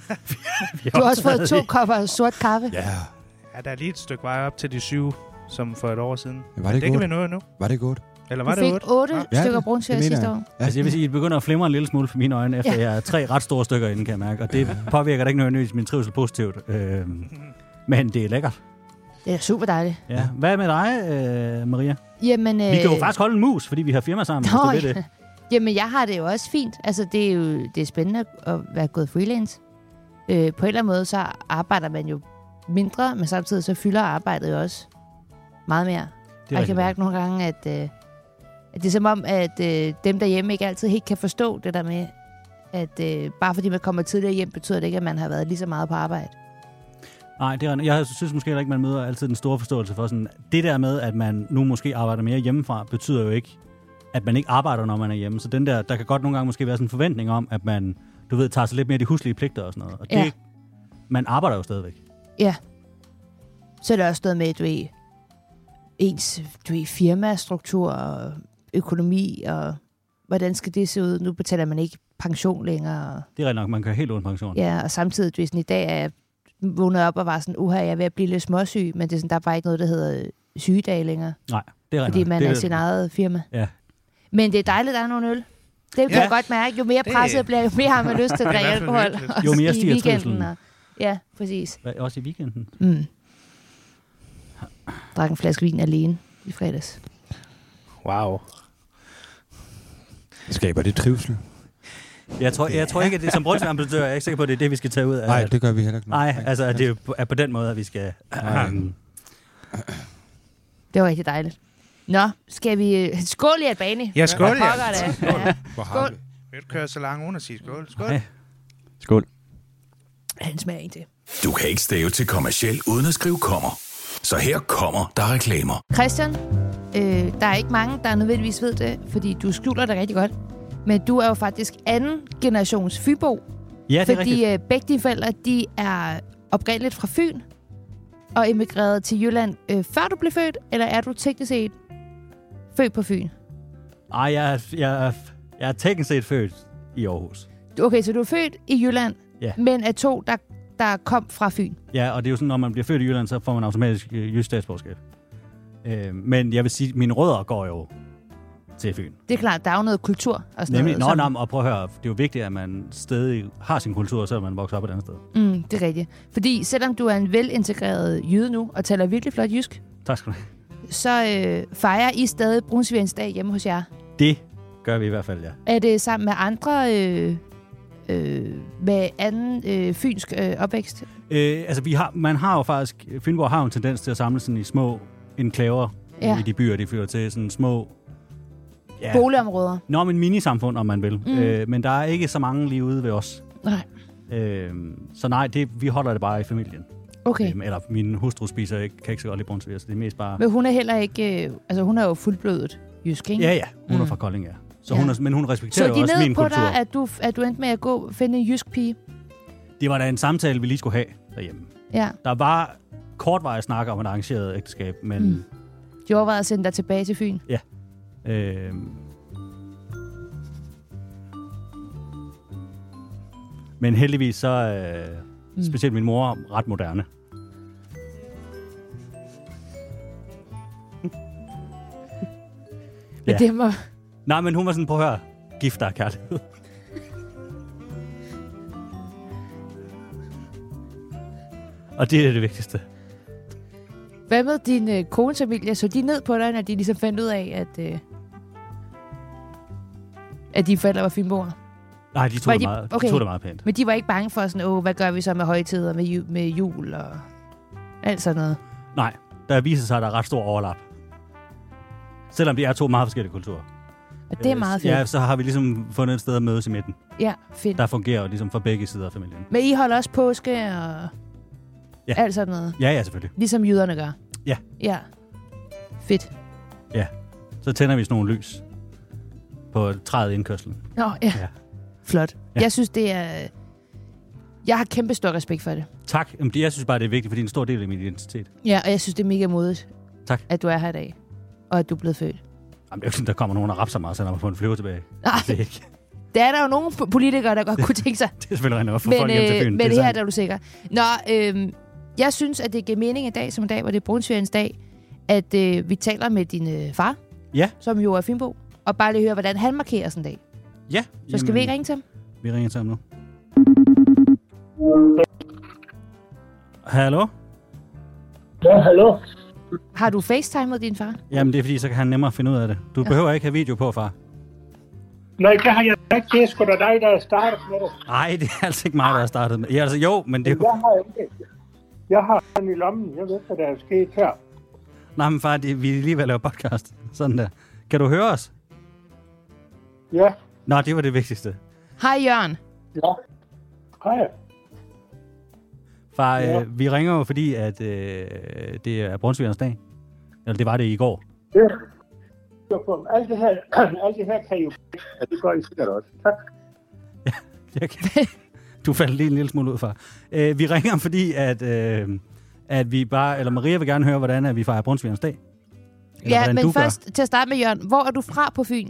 Du har også fået to kopper sort kaffe. Ja, Ja, der er lige et stykke vej op til de syv, som for et år siden. var Men det det kan vi godt? nå nu. Var det godt? Eller Du var det fik otte? otte Ja, stykker det- brunsvær det mener sidste jeg. år. Ja. Altså, jeg vil sige, at det begynder at flimre en lille smule for mine øjne, efter Ja. jeg er tre ret store stykker inden, kan jeg mærke. Og det påvirker da ikke nødvendigvis min trivsel positivt. Øhm, men det er lækkert. Det er super dejligt. Ja. Hvad med dig, øh, Maria? Jamen, øh, Vi kan jo faktisk holde en mus, fordi vi har firma sammen. Nå, hvis du ved det. Jamen, jeg har det jo også fint. Altså, det er jo det er spændende at være gået freelance. Øh, på en eller anden måde, så arbejder man jo mindre, men samtidig så fylder arbejdet jo også meget mere. Det Og jeg er kan rigtigt. mærke nogle gange, at, øh, at det er som om, at øh, dem derhjemme ikke altid helt kan forstå det der med, at øh, bare fordi man kommer tidligere hjem, betyder det ikke, at man har været lige så meget på arbejde. Nej, det er, jeg synes måske heller ikke, man møder altid den store forståelse for sådan, det der med, at man nu måske arbejder mere hjemmefra, betyder jo ikke, at man ikke arbejder, når man er hjemme. Så den der, der kan godt nogle gange måske være sådan en forventning om, at man, du ved, tager sig lidt mere de huslige pligter og sådan noget. Og det, Ja. man arbejder jo stadigvæk. Ja. Så er det også noget med, du ved, ens du ved, firmastruktur og økonomi, og hvordan skal det se ud? Nu betaler man ikke pension længere. Og, Det er rigtig nok, man kan have helt uden pension. ja, og samtidig, du ved, sådan, i dag er jeg vågnet op og var sådan, uha, jeg er ved at blive lidt småsyg, men det er sådan, der er bare ikke noget, der hedder sygedage længere, Nej, det er rigtig fordi nok. man det er sin eget firma. Ja. Men det er dejligt, der er nogle øl. Det kan Ja. jeg godt mærke. Jo mere Det- presset jeg bliver, jo mere har man lyst til at Det er i drikke hvert fald alkohol. hyggeligt. Også Jo mere i stiger weekenden. trivslen. Og, ja, præcis. Hvad, også i weekenden. Mm. Drak en flaske vin alene i fredags. Wow. Skaber det trivsel? Jeg tror, jeg tror ikke, at det som brugsambassadør, jeg er ikke sikker på, at det er det, vi skal tage ud af. Nej, det gør vi heller ikke. Nej, altså, at det er jo på- er på den måde, at vi skal... Um, Det var rigtig dejligt. Nå, skal vi... øh, Skål i Albani. Ja, skål, Hvad ja. pokker det? Ja. Hvor har Skål. vi? Vil du køre så langt uden at sige skål? Skål. Nej. Skål. Han smager en til. Du kan ikke stave til kommerciel uden at skrive kommer. Så her kommer der reklamer. Christian, øh, der er ikke mange, der nødvendigvis ved det, fordi du skjuler det rigtig godt. Men du er jo faktisk anden generations Fybo. ja, det er Fordi rigtigt. øh, begge dine forældre, de er oprindeligt fra Fyn og emigreret til Jylland, øh, før du blev født, eller er du teknisk set født på Fyn? Ej, jeg, er- jeg, er- jeg er teknisk set født i Aarhus. Okay, så du er født i Jylland, Ja. men er to, der, der kom fra Fyn. Ja, og det er jo sådan, når man bliver født i Jylland, så får man automatisk øh, jysk statsborgerskab. Øh, men jeg vil sige, at mine rødder går jo til Fyn. Det er klart, der er jo noget kultur og sådan Nemlig, noget. nå, som- nå, og prøv at høre, det er jo vigtigt, at man stadig har sin kultur, selvom man vokser op et andet sted. Mm, det er rigtigt. Fordi selvom du er en velintegreret jyde nu, og taler virkelig flot jysk, Tak skal du have. så øh, fejrer I stadig Brunsvigerens dag hjemme hos jer. Det gør vi i hvert fald, ja. Er det sammen med andre øh, øh, med anden øh, fynsk øh, opvækst? Øh, altså, vi har, man har jo faktisk... Fynborg har jo en tendens til at samle sådan i små enklaver Ja. ja. i de byer, de flytter til. Sådan små... Ja. Boligområder? Nå, men minisamfund, om man vil. Mm. Mm. Øh, men der er ikke så mange lige ude ved os. Nej. Øh, så nej, det, vi holder det bare i familien. Okay. Øh, eller min hustru spiser ikke, kan ikke så godt lide brunsviger, så det er mest bare... Men hun er heller ikke... Øh, altså, hun er jo fuldblødet jysk, ikke? Ja, ja. Hun Mm. er fra Kolding, ja. Så Ja. hun er, men hun respekterer Så jo de også ned min på kultur. dig, at du, at du endte med at gå finde en jysk pige? Det var da en samtale, vi lige skulle have derhjemme. Ja. Der var kortvarigt snakker om et arrangeret ægteskab, men... Mm. De overvejede at sende dig tilbage til Fyn. Ja. Øh, men heldigvis så er mm. specielt min mor ret moderne. Ja. Det må... Nej, men hun var sådan, prøv at høre, gift dig kærlighed. Og det er det vigtigste. Hvad med din øh, kones familie? Så de ned på dig, når de ligesom fandt ud af, at, øh, at de forældre var fynboer? Nej, de tog, de, det meget, okay. de tog det meget pænt. Men de var ikke bange for sådan, åh, hvad gør vi så med højtider, med, ju- med jul og alt sådan noget? Nej, der viser sig, at der er ret stor overlap. Selvom de er to meget forskellige kulturer. Og det er meget fedt. Ja, så har vi ligesom fundet et sted at mødes i midten. Ja, fedt. Der fungerer jo ligesom for begge sider af familien. Men I holder også påske og ja. alt sådan noget? Ja, ja, selvfølgelig. Ligesom jyderne gør? Ja. Ja. Fedt. Ja. Så tænder vi sådan nogle lys på træet i indkørslen. Nå, ja. ja. Flot. Ja. Jeg synes, det er... Jeg har kæmpe stor respekt for det. Tak. Jamen, jeg synes bare, det er vigtigt, fordi det er en stor del af min identitet. Ja, og jeg synes, det er mega modigt, tak. At du er her i dag. Og at du er blevet født. Jamen, det er jo sådan, der kommer nogen, der rapser mig, så når man får en flyver tilbage. Nej. Det er ikke. Der er der jo nogle politikere, der godt kunne tænke sig. Det er selvfølgelig rent at få men, folk hjem til Fyn. Men det, det her der er du sikker. Nå, øh, jeg synes, at det giver mening en dag som en dag, hvor det er brunsvigerens dag, at øh, vi taler med din øh, far, ja. Som jo er fynbo, og bare lige høre, hvordan han markerer sådan en dag. Ja. Så skal jamen, vi ikke ringe til ham? Vi ringer til ham nu. Hallo? Ja, hallo? Har du facetimet din far? Jamen, det er fordi, så kan han nemmere finde ud af det. Du ja. behøver ikke have video på, far. Nej, det har jeg ikke. Det er sgu da dig, der har startet med det. Nej, det er altså ikke mig, der har startet med det. Ja, altså, jo, men det er jo... Jeg har ikke. Jeg har den i lommen. Jeg ved, hvad der er sket her. Nej, men far, det, vi er lige ved at lave podcast. Sådan der. Kan du høre os? Ja. Nå, det var det vigtigste. Hej, Jørgen. Ja. Hej. Far, ja. øh, vi ringer jo, fordi at, øh, det er brunsvigerens dag. Eller det var det i går. Ja. Alt det her, alt det her kan jo... Ja, det gør I sikkert også. Tak. Ja, jeg kan. Du faldt lige en lille smule ud, far. Øh, vi ringer, fordi at, øh, at vi bare... Eller Maria vil gerne høre, hvordan at vi fejrer brunsvigerens dag. Eller ja, men først gør. Til at starte med, Jørgen. Hvor er du fra på Fyn?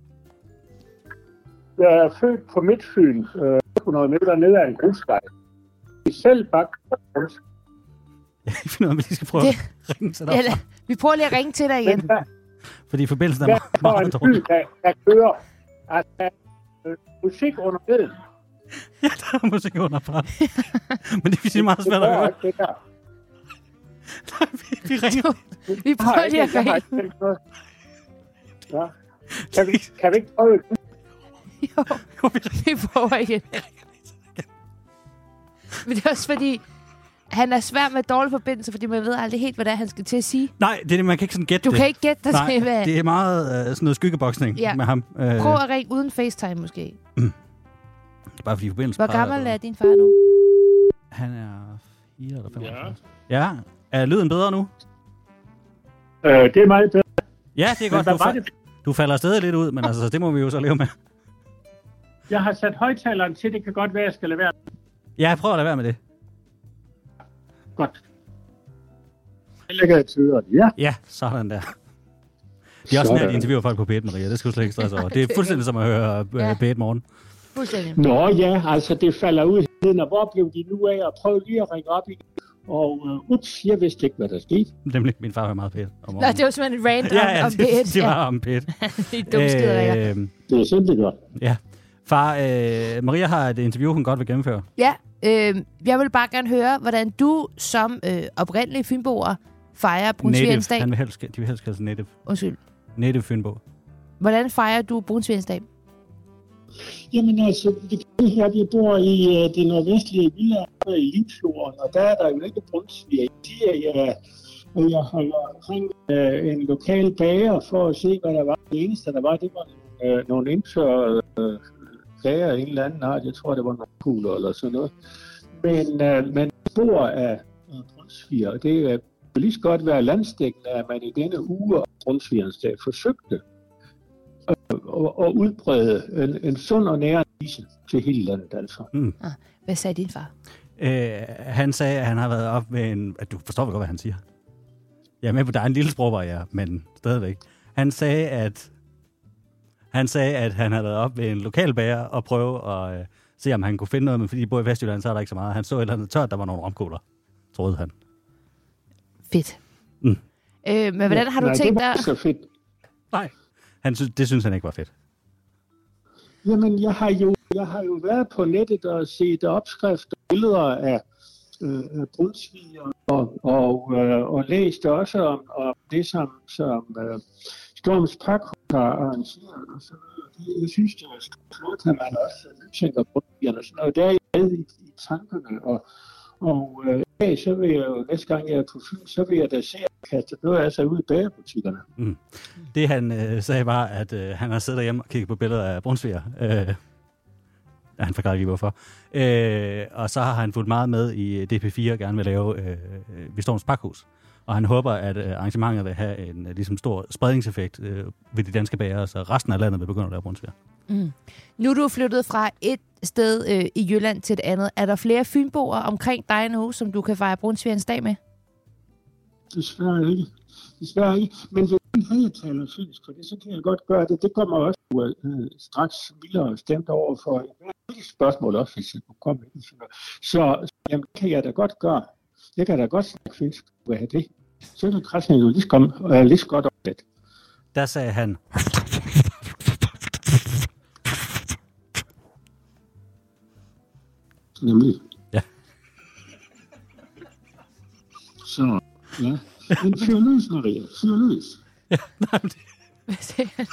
Jeg er født på Midtfyn. Øh, hundrede meter ned ad en grusvej. I selv bak. Jeg finder ud af, om vi skal prøve det... at ringe til dig. Eller, vi prøver lige at ringe til dig igen. Der, fordi forbindelsen er meget, meget dårlig. Der, der kører at der er musik under neden. Ja, der er musik under fra. Men det er meget svært at høre. Det der. Nej, vi, vi ringer. Vi prøver lige at ringe. Ja. Kan vi, kan vi ikke prøve? Jo, jo vi, vi prøver igen. Men det er også fordi, han er svær med dårlig forbindelse, fordi man ved aldrig helt, hvad det er, han skal til at sige. Nej, det er det, man kan ikke sådan gætte Du det. kan ikke gætte dig Nej, til, hvad... det er meget uh, sådan noget skyggeboksning ja. med ham. Uh, Prøv at ringe uden FaceTime, måske. Mm. Bare fordi forbindelsen... Hvor gammel er din far nu? Han er fire eller femoghalvfjerds. Ja. Ja. Er lyden bedre nu? Øh, det er meget bedre. Ja, det er godt. Du, fa- du falder stadig lidt ud, men altså, det må vi jo så leve med. Jeg har sat højtaleren til, det kan godt være, at jeg skal lade være. Ja, prøv at lade være med det. Godt. Jeg lægger et tidligere, ja. Ja, sådan der. Det er også sådan, at interviewer folk på P et, Maria. Det skal du slet ikke stresse over. Det er fuldstændig som at høre uh, ja. P et morgen. Fuldstændig. Nå ja, altså det falder ud hele og hvor blev de nu af, og prøv lige at ringe op igen. Og uh, ups, jeg vidste ikke, hvad der skete. Nemlig, min far var meget pæt om morgenen. Nå, det var simpelthen en rant ja, ja, om, om det, pæt. det var om pæt. Det er dumt skider, øh, Det er simpelthen godt. Ja. Far, øh, Maria har et interview, hun godt vil gennemføre. Ja, øh, jeg vil bare gerne høre, hvordan du som øh, oprindelig fynboer fejrer brunsvigerens dag. Han vil helst, de vil helst kalde sig native. Undskyld. Native fynbo. Hvordan fejrer du brunsvigerens dag? Jamen altså, det her, vi bor i uh, det nordvestlige Vildland i Limfjorden, og der er der jo ikke brunsviger. Det er, uh, jeg holder omkring uh, en lokal bager for at se, hvad der var. Det eneste, der var, det var uh, nogle indtørrede uh, kager af en eller anden art. Jeg tror, det var nogle kugler eller sådan noget. Men, uh, men spor af uh, brunsviger, og det uh, vil lige så godt være landsdækkende, at man i denne uge af brunsvigerens dag forsøgte og, og udbrede en, en sund og nærende vise til hele landet, altså. Mm. Ah, hvad sagde din far? Øh, han sagde, at han har været op med en... At du forstår vel godt, hvad han siger. Jeg er med på, der er en lille sprogbarriere, men stadigvæk. Han sagde, at han sagde, at han havde været op ved en lokal bager og prøve at øh, se, om han kunne finde noget, men fordi de bor i Vestjylland, så er der ikke så meget. Han så et eller andet tørt, der var nogle romkugler, troede han. Fedt. Mm. Øh, men hvordan har du Nej, tænkt det var dig... så fedt. Nej, han sy- det synes han ikke var fedt. Jamen, jeg har jo, jeg har jo været på nettet og set opskrifter og billeder af øh, brunsviger og, og, øh, og læst også om, om det, som, som øh, Storms Pakhus har arrangeret. Og så, jeg synes, det er flot, at man også tænker brunsvigerne og sådan noget. Der er jeg med i, i tankerne, og, og øh, ja, så vil jeg jo, næste gang jeg er på Fyn, så vil jeg da se at kaste noget af sig ud i bagerbutikkerne. Mm. Det han øh, sagde var, at øh, han har siddet derhjemme og kigget på billeder af brunsviger. Øh, ja, han forklarer ikke hvorfor. Øh, og så har han fulgt meget med i D P fire og gerne vil lave øh, ved Storms Pakhus. Og han håber, at øh, arrangementet vil have en øh, ligesom stor spredningseffekt øh, ved de danske bagere, så resten af landet vil begynde at lave brunsviger. Mm. Nu er du flyttet fra et sted øh, i Jylland til et andet. Er der flere fynboer omkring dig nu, som du kan fejre brunsvigerens dag med? Desværre ikke. Desværre ikke. Men hvis jeg taler fynsk, for det, så kan jeg godt gøre det. Det kommer også øh, straks vildere stemt over for et spørgsmål også, hvis jeg kunne komme med. Så jamen, kan jeg da godt gøre. Jeg kan da godt snakke fynsk, hvad er det? Så er det krasne jo lige så godt, øh, lige så godt oplet. Der sagde han... Nemlig. Ja. Så, ja. Men fyr løs, Maria. Fyr løs. Ja, nej, men det... Hvad sagde han?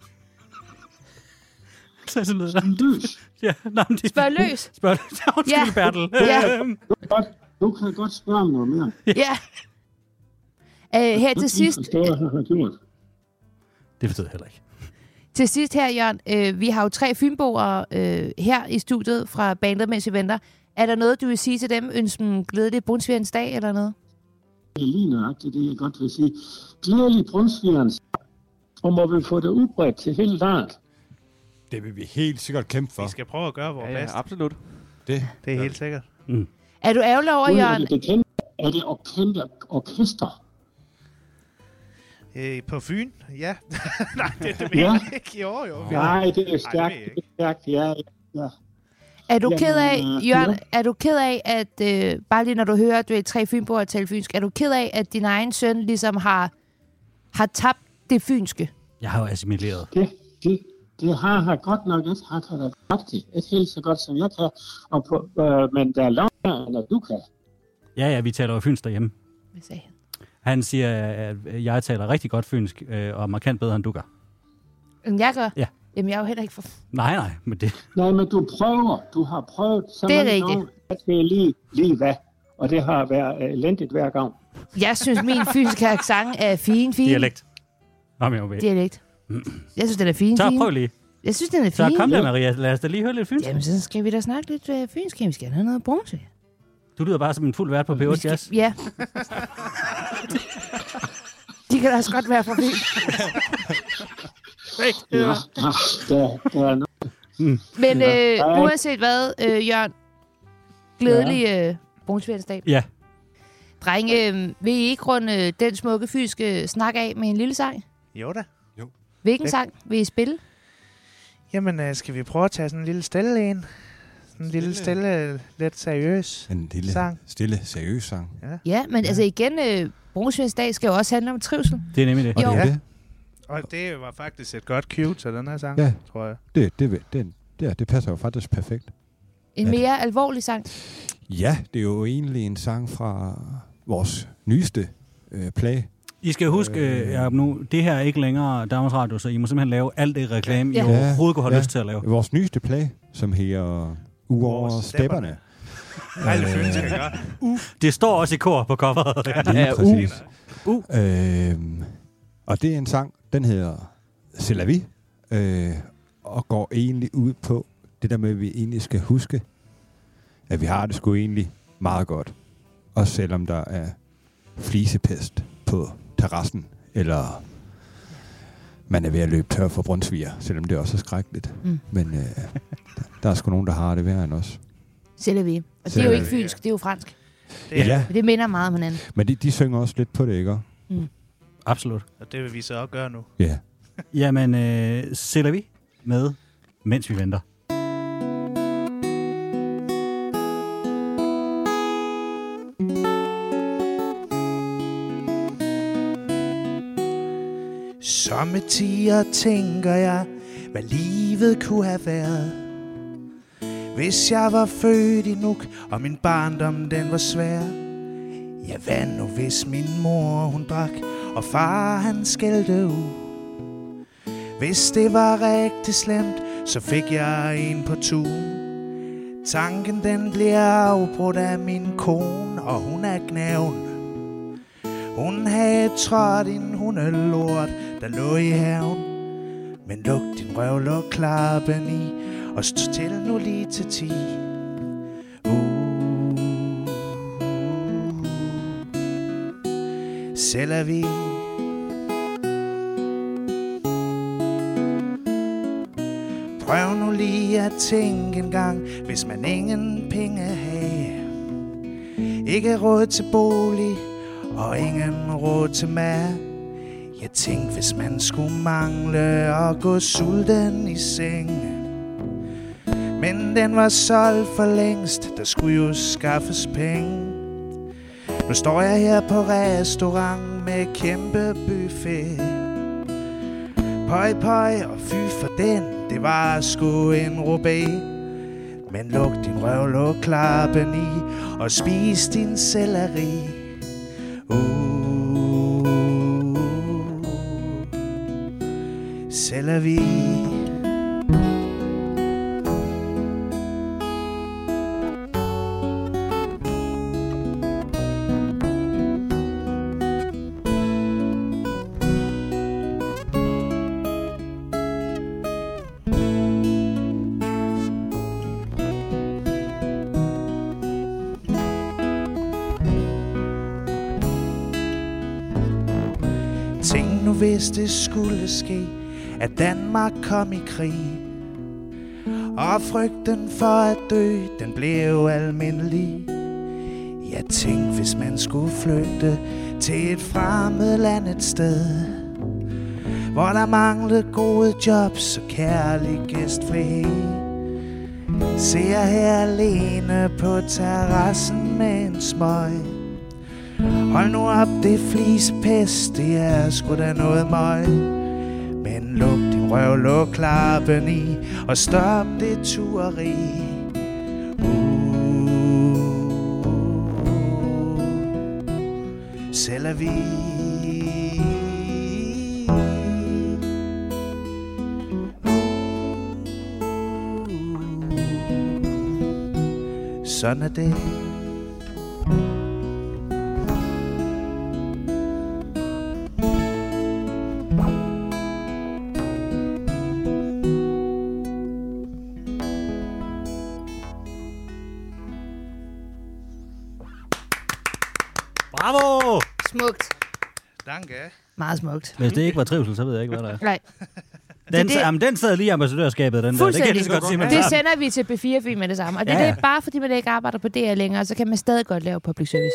Så sådan noget. Fyr løs. Ja, nej, men det... Spørg løs. Spørg løs. Undskyld, Ja. Bertel. Ja. Øhm. Du kan godt, du kan godt spørge om noget mere. Ja. Uh, her til sidst, Forstår, hvad jeg har gjort. Det forstod jeg heller ikke. til sidst her, Jørgen, øh, vi har jo tre fynboer øh, her i studiet fra bandet Mens Vi Venter. Er der noget, du vil sige til dem? Ønske dem glædelig brunsvigerens dag eller noget? Det er lige nøjagtigt, det jeg godt vil sige. Glædelig brunsvigerens, og må vi få det udbredt til hele landet. Det vil vi helt sikkert kæmpe for. Vi skal prøve at gøre vores Ja, ja, bedste. absolut. Det. Det er helt sikkert. Mm. Er du ærgerlig over, Er Jørgen? det, det kendte, er det orkester? orkester? Øh, på Fyn? Ja. Nej, det, det mener Ja. jeg ikke. Jo, jo. vi- Nej, det er Ej, stærkt. det ved jeg Det er stærkt, ja. ja. Er du Jamen, ked af, øh, Jørgen, ja. er du ked af, at, øh, bare lige når du hører, at du er tre fynboer tale fynsk, er du ked af, at din egen søn ligesom har, har tabt det fynske? Jeg har jo assimileret. Det, det, det har han godt nok ikke. Han kan da faktisk et helt så godt, som jeg kan. Og på, øh, men der er langt, eller du kan. Ja, ja, vi taler jo fynsk derhjemme. Hvad sagde han? Han siger, at jeg taler rigtig godt fynsk, øh, og markant bedre, end du gør. End jeg gør? Ja. Jamen, jeg er jo heller ikke for... Nej, nej, men det... Nej, men du prøver. Du har prøvet så Det er mange rigtigt. gange, at det er lige, lige hvad. Og det har været elendigt hver gang. Jeg synes, min fynske accent er fin, fin. Dialekt. Nå, men jeg ved. Dialekt. Jeg synes, den er fin, Så fin. prøv lige. Jeg synes, den er Så fin. kom der, Maria. Lad os da lige høre lidt fynsk. Jamen, så skal vi da snakke lidt uh, fynsk. Vi skal have noget bronze. Du lyder bare som en fuld vært på P otte Jazz. Ja. De kan da også godt være fra Fyn. Ja, der, der, der er noget. Men øh, Ja. uanset hvad, øh, Jørgen, glædelig øh, brunsvigerensdag. Ja. Drenge, øh, vil I ikke runde øh, den smukke fynske snak af med en lille sang? Jo da. Hvilken Ja. sang vil I spille? Jamen, øh, skal vi prøve at tage sådan en lille stille en? Sådan en lille stille, lidt seriøs En lille, sang. stille, seriøs sang. Ja, men altså igen, øh, brunsvigerensdag skal jo også handle om trivsel. Det er nemlig det. Og Jo. det er det. Og det var faktisk et godt cue til den her sang, Ja. tror jeg. Det, det, det, det, det, det passer jo faktisk perfekt. En Ja. mere alvorlig sang. Ja, det er jo egentlig en sang fra vores nyeste øh, play. I skal huske, øh, ja, nu, det her er ikke længere Danmarks Radio, så I må simpelthen lave alt det reklame, Ja. I overhovedet kunne have Ja. lyst til at lave. Vores nyeste play, som hedder Uover Over stepperne. Alle fynske, ikke? Det står også i kor på coveret. Lige Ja, præcis. Uh. Øhm, og det er en sang, den hedder C'est la vie, øh, og går egentlig ud på det der med, at vi egentlig skal huske, at vi har det sgu egentlig meget godt. Også selvom der er flisepest på terrassen, eller man er ved at løbe tør for brunsviger, selvom det også er skrækkeligt. Mm. Men øh, der er sgu nogen, der har det værre end os. C'est la vie. Og det er jo ikke fynsk, det er jo fransk. Det er, Ja, Men det minder meget om hinanden. men de, de synger også lidt på det, ikke? Mm. Absolut. og det vil vi så også gøre nu. Ja. Jamen, øh, sætter vi med, mens vi venter. Sommetider tænker jeg, hvad livet kunne have været. Hvis jeg var født i Nuuk, og min barndom den var svær. Ja, hvad nu hvis min mor hun drak, og far han skældte ud. Hvis det var rigtig slemt, så fik jeg en på tuen. Tanken den bliver afbrudt af min kone, og hun er gnævn. Hun havde trådt en hundelort, der lå i haven. Men luk din røv, luk klappen i, og stå til nu lige til ti. Uh. Selv er vi. Prøv nu lige at tænke en gang, hvis man ingen penge havde. Ikke råd til bolig, og ingen råd til mad. Jeg tænkte, hvis man skulle mangle at gå sulten i seng. Men den var solgt for længst, der skulle jo skaffes penge. Nu står jeg her på restaurant med kæmpe buffet. Pøj, pøj og fy for den, det var sgu en rubé. Men luk din røv, luk klappen i, og spis din selleri. Uh, c'est la vie. Tænk nu hvis det skulle ske, at Danmark kom i krig, og frygten for at dø, den blev almindelig. Jeg tænk hvis man skulle flygte til et fremmed land et sted, hvor der manglede gode jobs og kærlig gæstfrihed. Ser jeg her alene på terrassen med en smøg. Hold nu op, det er flisepest, det er sgu da noget møg. Men luk din røv, luk klappen i, og stop det tueri. Uh, c'est la vie. Sådan er det. Bravo! Smukt. Danke. Meget smukt. Hvis det ikke var trivsel, så ved jeg ikke, hvad der er. Nej. Den, det- jamen, den sad lige i ambassadørskabet, den der. Det kan jeg lige så godt sige med det Det samme. sender vi til B fire Fyn med det samme. Og det Ja, er ja. det, bare fordi man ikke arbejder på D R længere, så kan man stadig godt lave public service.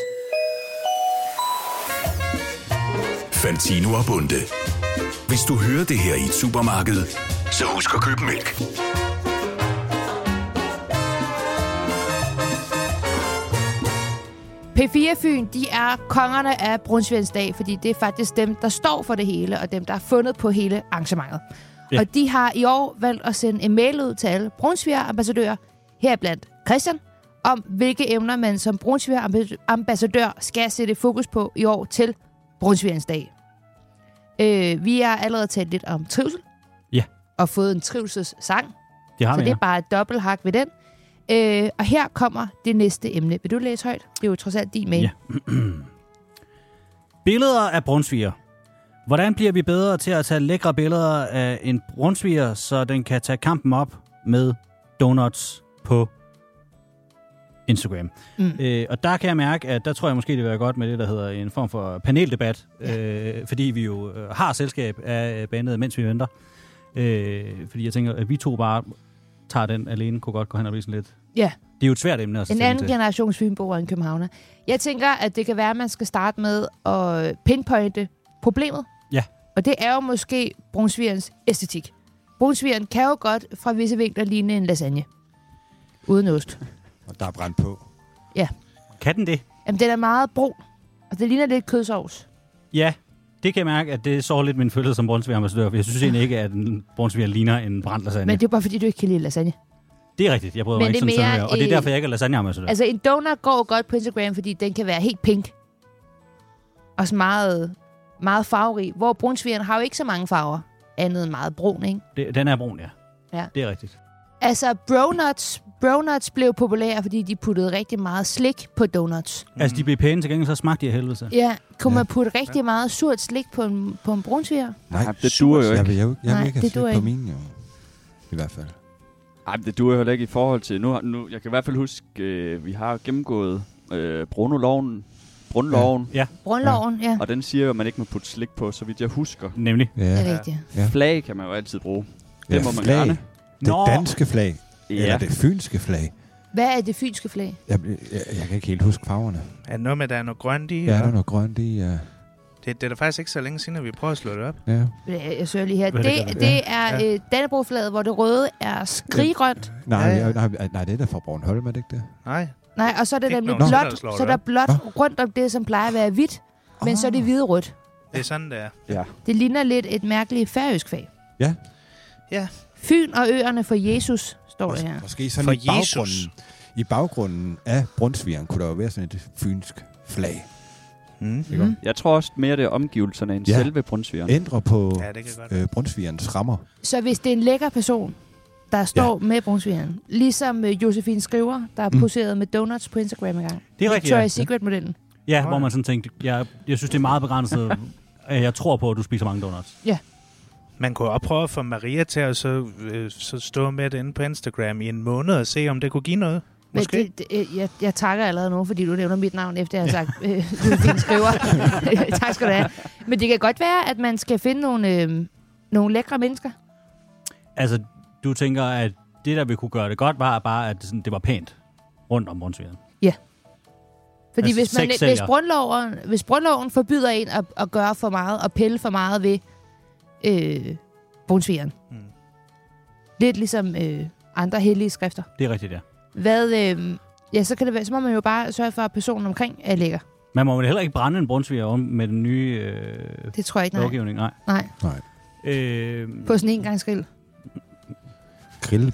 Fantino og Bunde. Hvis du hører det her i et supermarked, så husk at købe mælk. P fire Fyn, de er kongerne af Brunsvigerdag, fordi det er faktisk dem, der står for det hele, og dem, der har fundet på hele arrangementet. Ja. Ja. Og de har i år valgt at sende en mail ud til alle Brunsviger-ambassadører, heriblandt Christian, om hvilke emner man som Brunsviger-ambassadør skal sætte fokus på i år til Brunsvigerens dag. Øh, vi har allerede talt lidt om trivsel. Ja. Og fået en trivselssang. Det har Så vi, det ja. er bare et dobbelthak ved den. Øh, og her kommer det næste emne. Vil du læse højt? Det er jo trods alt din mail. Ja. Billeder af brunsviger. Hvordan bliver vi bedre til at tage lækre billeder af en brunsviger, så den kan tage kampen op med donuts på Instagram? Mm. Øh, og der kan jeg mærke, at der tror jeg måske, det vil være godt med det, der hedder en form for paneldebat. Øh, fordi vi jo øh, har selskab af bandet, mens vi venter. Øh, fordi jeg tænker, at vi to bare tager den alene, kunne godt gå hen og blive sådan lidt Ja. Det er jo et svært emne at En tage anden til. generations fynboer end københavner. Jeg tænker, at det kan være, at man skal starte med at pinpointe problemet. Ja. Og det er jo måske brunsvigerens æstetik. Brunsvigeren kan jo godt fra visse vinkler ligne en lasagne. Uden ost. Og der er brændt på. Ja. Kan den det? Jamen, den er meget brun. Og det ligner lidt kødsovs. Ja, det kan jeg mærke, at det så lidt min følelse som brunsvigerambassadør, for jeg synes egentlig ikke, at en brunsviger ligner en brændt lasagne. Men det er bare, fordi du ikke kan lide lasagne. Det er rigtigt, jeg bryder Men mig ikke det er sådan mere, sådan, og det er øh, derfor, jeg ikke er lasagneambassadør. Altså, en donut går godt på Instagram, fordi den kan være helt pink. Og så meget, meget farverig. Hvor brunsvigeren har jo ikke så mange farver. Andet end meget brun, ikke? Det, den er brun, ja. Ja. Det er rigtigt. Altså, bronuts, bronuts blev populære, fordi de puttede rigtig meget slik på donuts. Mm. Altså, de blev pæne til gengæld, så smagte de af helvede sig. Ja, kunne Ja. man putte rigtig meget surt slik på en, på en brunsviger? Nej, det duer jo Jeg ikke. vil, jo, jeg Nej, vil ikke det have duer slik på ikke. mine, jo. I hvert fald. Ej, men det duer jo heller ikke i forhold til... Nu, har- nu, jeg kan i hvert fald huske, øh, vi har gennemgået øh, Bruno-loven, Brundloven, Ja, Brundloven, ja. og den siger jo, at man ikke må putte slik på, så vidt jeg husker. nemlig. Ja, Det er rigtigt. Ja. Flag kan man jo altid bruge. ja Det må man flag. gerne. Det Nå. danske flag. Ja. Eller det fynske flag. Hvad er det fynske flag? Jeg, jeg, jeg kan ikke helt huske farverne. Er det noget med, der er noget grønt i? Ja, der og er noget grønt i. Ja. det, det er da faktisk ikke så længe siden, at vi prøver at slå det op. ja. Jeg jeg søger lige her. Hvad Det, er det, det, gør det er øh, Dannebro-flaget, hvor det røde er skriggrønt. Nej, Ja, ja. nej, nej, nej, det er da fra Bornholm, er det ikke det? Nej. Nej, og så er det Ikke nemlig nogen steder, der blåt, slår så det der er op. blåt Hva? rundt om det, som plejer at være hvidt, men så er det hvide-rødt. Det er sådan, det er. Ja. Det ligner lidt et mærkeligt færøsk fag. Ja. Ja. Fyn og øerne for Jesus, står det her. Måske sådan For i baggrunden, Jesus. i baggrunden af Brunsvigeren kunne der jo være sådan et fynsk flag. Mm. Ikke Mm. Jeg tror også mere, det er omgivelserne end Ja. selve Brunsvigeren. Ændre på Ja, det kan godt. øh, Brunsvigerens rammer. Så hvis det er en lækker person, der står ja. med brunsvigeren, ligesom øh, Josefine Skriver, der har Mm. poseret med donuts på Instagram engang. Det er rigtigt, Victoria's ja. Secret-modellen. Ja, Nå, hvor ja. man sådan tænkte, jeg, jeg synes, det er meget begrænset. Øh, jeg tror på, at du spiser mange donuts. Man kunne også prøve at få Maria til at så, øh, så stå med det inde på Instagram i en måned og se, om det kunne give noget. Men Måske. det, det, øh, jeg, jeg takker allerede nu, fordi du nævner mit navn, efter jeg har sagt øh, Josefine Skriver. Tak skal du have. Men det kan godt være, at man skal finde nogle, øh, nogle lækre mennesker. Altså, du tænker, at det, der ville kunne gøre det godt, var bare, at det, sådan, det var pænt rundt om brunsvigeren. Fordi Altså, hvis, man, sex hvis, sælger. grundloven, hvis grundloven forbyder en at, at gøre for meget og pille for meget ved øh, brunsvigeren. Mm. Lidt ligesom øh, andre hellige skrifter. Det er rigtigt, ja. Hvad, øh, ja, så, kan det være, så må man jo bare sørge for, at personen omkring er lækker. Man må vel heller ikke brænde en brunsviger om med den nye øh, Det tror jeg ikke, nej. lovgivning, nej. nej. Nej. Øh, På sådan en gang skrill. Grill.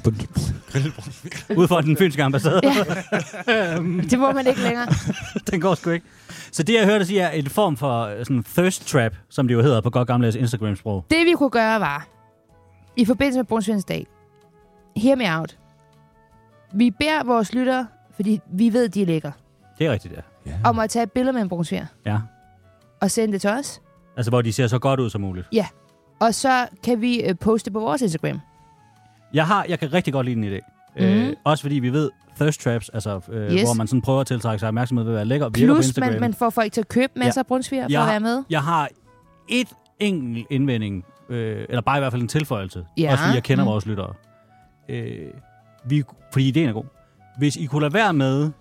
ud fra den fynske ambassade. Ja. Det må man ikke længere. Den går sgu ikke. Så det, jeg hørte sige, er en form for øh, sådan thirst trap, som det jo hedder på godt gamle Instagram-sprog. Det vi kunne gøre var, i forbindelse med brunsvigerens dag, hear me out. Vi beder vores lyttere, fordi vi ved, de er lækre, Det er rigtigt, ja. Ja. om at tage et billede med en brunsviger ja. og sende det til os. Altså, hvor de ser så godt ud som muligt. Og så kan vi øh, poste på vores Instagram. Jeg, har, jeg kan rigtig godt lide den idé. Mhm. Øh, også fordi vi ved, thirst traps, altså, øh, Yes. hvor man sådan prøver at tiltrække sig opmærksomhed ved at være lækker, virker på Plus, Instagram. man, man får folk til at købe masser af brunsviger for Jeg at har- være med. Jeg har et enkelt indvending, øh, eller bare i hvert fald en tilføjelse, Ja. også fordi jeg kender Mm. mm. vores lyttere. Øh, vi, fordi ideen er god. Hvis I kunne lade være med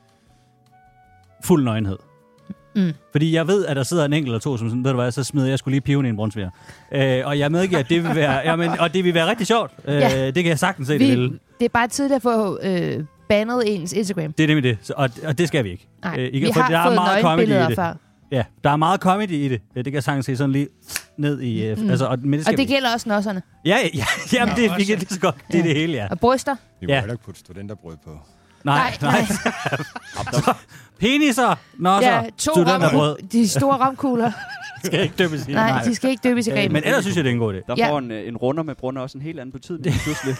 fuld nøgenhed. Mm. Fordi jeg ved, at der sidder en enkelt eller to, som sådan, ved du hvad, så smider jeg skulle lige piven i en brunsviger. Øh, og jeg medgiver, at det vil være, jamen, og det vil være rigtig sjovt. Øh, Ja. Det kan jeg sagtens se, det Vi, vil. det er bare tidligt at få øh, bandet ens Instagram. Det er nemlig det, så, og, og det skal vi ikke. Nej, Øh, I vi kan- for har der er fået meget comedy i nøgenbilleder det. før. Ja, der er meget comedy i det. Det kan jeg sagtens se sådan lige ned i... Øh, Mm. altså, og, men det skal Og det vi. gælder også nosserne. Ja, ja, ja jamen, det, vi kan lige så godt. Det er Ja. det hele, ja. Og bryster. Vi må Ja. heller ikke putte studenterbrød på. Nej, Nej, nej. Så, peniser, nosser, Ja, to studenterbrød rom, de store romkugler. skal ikke døbes i. Nej, de skal ikke døbes i Øh, greben. Men ellers synes jeg, det er en god idé. Der Ja. får en, øh, en runder med brunder også en helt anden betydning pludselig.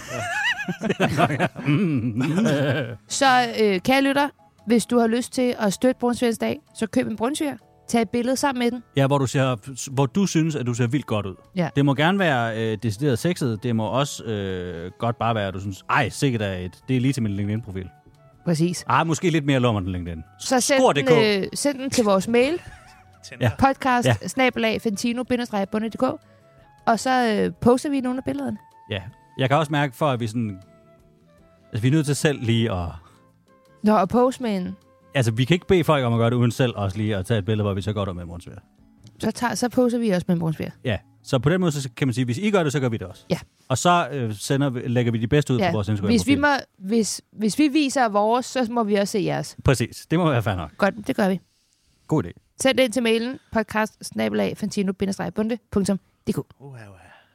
Mm. Så øh, kære lytter, hvis du har lyst til at støtte Brunsvigerens dag, så køb en brunsviger. Tag et billede sammen med den. Ja, hvor du, ser, hvor du synes, at du ser vildt godt ud. Ja. Det må gerne være øh, decideret sexet. Det må også øh, godt bare være, at du synes, ej, sikkert er et. Det er lige til min LinkedIn-profil. Præcis. Ej, måske lidt mere lommer den LinkedIn. Så send Skor den, punktum d k. øh, send den til vores mail. Ja. Podcast, Ja. ja. snabelag, fantino, bindestreg, bunde punktum d k. Og så øh, poster vi nogle af billederne. Ja, jeg kan også mærke, for at vi sådan Altså, vi er nødt til selv lige at... Nå, og pose med en. Altså, vi kan ikke bede folk om at gøre det uden selv også lige at tage et billede, hvor vi så går der med brunsviger. Så, tager, så poser vi også med en brunsviger. Ja, så på den måde så kan man sige, hvis I gør det, så gør vi det også. Ja. Og så øh, sender vi, lægger vi de bedste ud ja. på vores Instagram. Hvis vi, må, hvis, hvis vi viser vores, så må vi også se jeres. Præcis, det må være fair nok. Godt, det gør vi. God idé. Send det ind til mailen podcast snabel-a fantino bindestreg bunde punktum d k. Uh, uh, uh.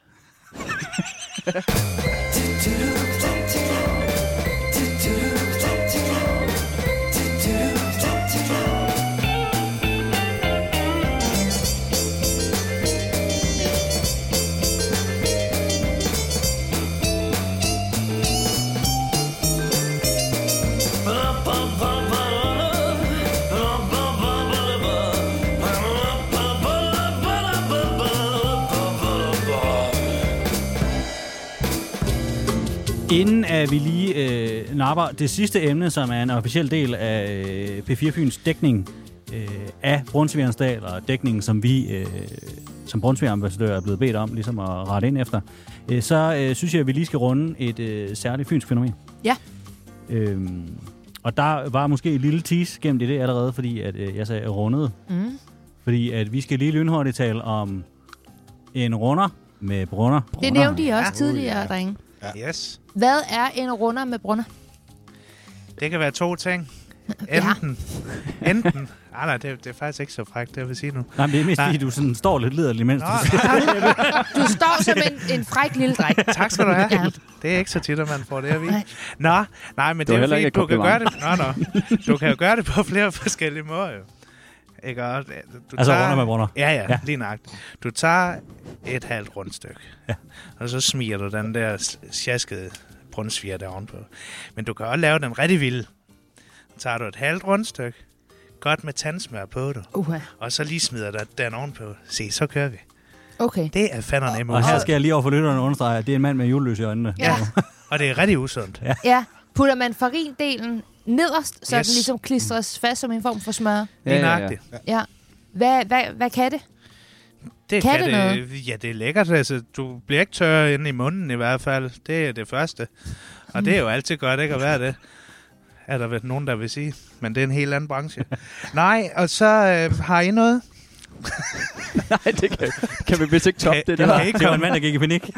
Inden at vi lige øh, napper det sidste emne, som er en officiel del af øh, P fire Fyns dækning øh, af Brunsvigerens dag, eller dækningen, som vi øh, som Brunsviger-ambassadør er blevet bedt om ligesom at rette ind efter, øh, så øh, synes jeg, at vi lige skal runde et øh, særligt fynsk fænomen. Ja. Øhm, og der var måske et lille tease gennem det allerede, fordi at, øh, jeg sagde rundet. Mm. Fordi at vi skal lige lynhurtigt tale om en runder med brunner. Det nævnte I også Ja. tidligere, drenge. Ja. Yes. Hvad er en runder med brunner? Det kan være to ting. Enten. Ja. Enten. Ah, nej, det, det er faktisk ikke så frækt, det jeg vil sige nu. Nej, men det er mest Nej. fordi, du sådan står lidt liderlig, mens Nå, du Du står som en, en fræk lille dreng. tak skal du have. Ja. Det er ikke så tit, at man får det at vide. Nej. Nå, nej, men Det det, var er heller jo ikke fint. et Du kan gøre kompliment. det. Nå, nå. Du kan jo gøre det på flere forskellige måder, jo. Ikke? Og du Altså runder med brunner. Ja, ja, Ja. ja, lige nøjagtigt. Du tager et halvt rundstykke, Ja. og så smiger du den der sjaskede brunsviger der ovenpå. Men du kan også lave den rigtig vilde. Så tager du et halvt rundstykke, godt med tandsmør på det, Uh-huh. og så lige smider du den ovenpå. Se, så kører vi. Okay. Det er fandme nemme. Og her skal jeg lige over for lytterne understrege, at det er en mand med julelys i øjnene. Ja. Og det er rigtig usundt. Ja. Ja. Putter man farindelen nederst, så Yes. den ligesom klistres fast som en form for smør? Lige nøjagtigt. Ja. Hvad, hvad, hvad kan det? Det Kan kan, det det, ja, det er lækkert. Altså, du bliver ikke tør inde i munden i hvert fald. Det er det første. Og det er jo altid godt, ikke at være det. Er der vel nogen, der vil sige. Men det er en helt anden branche. Nej, og så øh, har I noget? Nej, det kan, kan vi vist ikke toppe Kan- det det der. var ikke Det var en komme, mand, der gik i panik.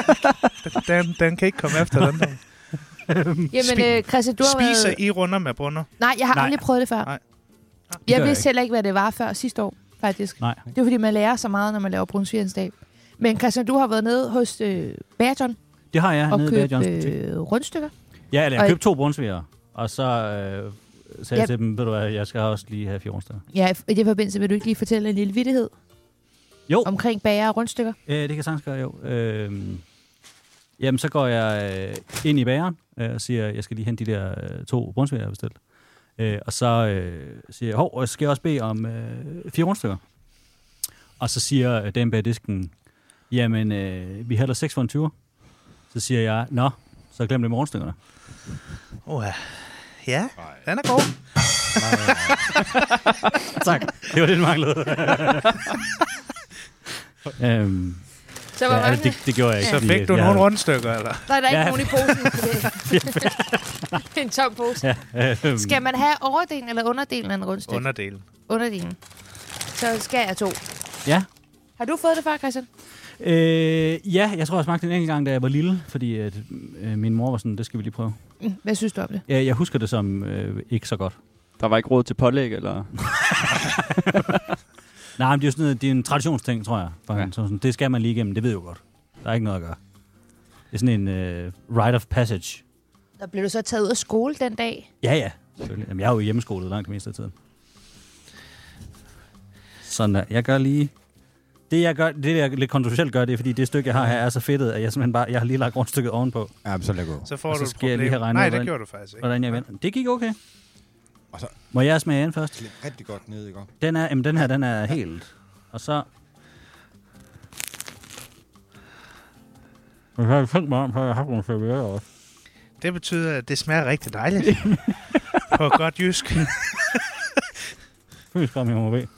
den, den kan ikke komme efter den der. Jamen, Spi- øh, Christian, du har Spiser været... I runder med brunner? Nej, jeg har Nej. aldrig prøvet det før. Nej. gør Jeg jeg vidste heller ikke, hvad det var før sidste år, faktisk. Nej. Det er fordi, man lærer så meget, når man laver Brunsvigerens dag. Men Christian, du har været nede hos øh, Berton Det har jeg og nede i købt Johns butik. øh, rundstykker. Ja, eller jeg og- købte to brunsviger, og så øh, sagde jeg Ja. til dem, ved du hvad, jeg skal også lige have fire onsdager. Ja, i det forbindelse vil du ikke lige fortælle en lille vittighed Jo, omkring bager og rundstykker? øh, det kan jeg sagtens gøre, jo. Øh, jamen, så går jeg øh, ind i bageren øh, og siger, jeg skal lige hente de der øh, to brunsviger, jeg har bestilt. Øh, og så øh, siger jeg, hov, og skal jeg også bede om øh, fire rundstykker? Og så siger øh, den bag disken, jamen, øh, vi hælder seks for en tyver. Så siger jeg, nå, så glem det med rundstykkerne. Oh, ja. ja, den er god. Tak, det var det, du manglede. øhm, Så hvor ja, mange? altså, det, det gjorde jeg ikke. Så fordi, fik du jeg nogle havde- rundstykker, eller? Der er der ikke Ja. nogen i posen. Det er en tom pose. Ja, øhm, Skal man have overdelen eller underdelen af en rundstykke? Underdelen. Underdelen. Så skal jeg to. Ja. Har du fået det før, Christian? Øh, ja, jeg tror, jeg smagte den enkelt gang, da jeg var lille, fordi at, øh, min mor var sådan, det skal vi lige prøve. Mm, Hvad synes du om det? Ja, jeg husker det som øh, ikke så godt. Der var ikke råd til pålæg, eller? Nej, men det er jo sådan noget, det er en traditionsting, tror jeg. For Ja. ja. så sådan, det skal man lige igennem, det ved jeg jo godt. Der er ikke noget at gøre. Det er sådan en øh, rite of passage. Der blev du så taget ud af skole den dag? Ja, ja. Selvfølgelig. Jamen, jeg er jo hjemmeskolet langt det meste af tiden. Sådan der. Jeg gør lige... Det, jeg gør, det, jeg lidt kontroversielt gør, det er, fordi det stykke, jeg har her, er så fedtet, at jeg simpelthen bare... Jeg har lige lagt rundstykket ovenpå. Ja, men så lad gå. Så får Og du så et skal jeg problem. lige have regnet Nej, ud, det hvordan- gjorde du faktisk ikke. Hvordan jeg venter. Det gik okay. Og så Må jeg smage an først? lidt rigtig godt ned, ikke? Den, er, jamen, den her, den er helt... Og så... Jeg har tænkt mig om, så jeg har haft nogle servietter også. Det betyder, at det smager rigtig dejligt. På godt jysk. Fysisk om, jeg må ved.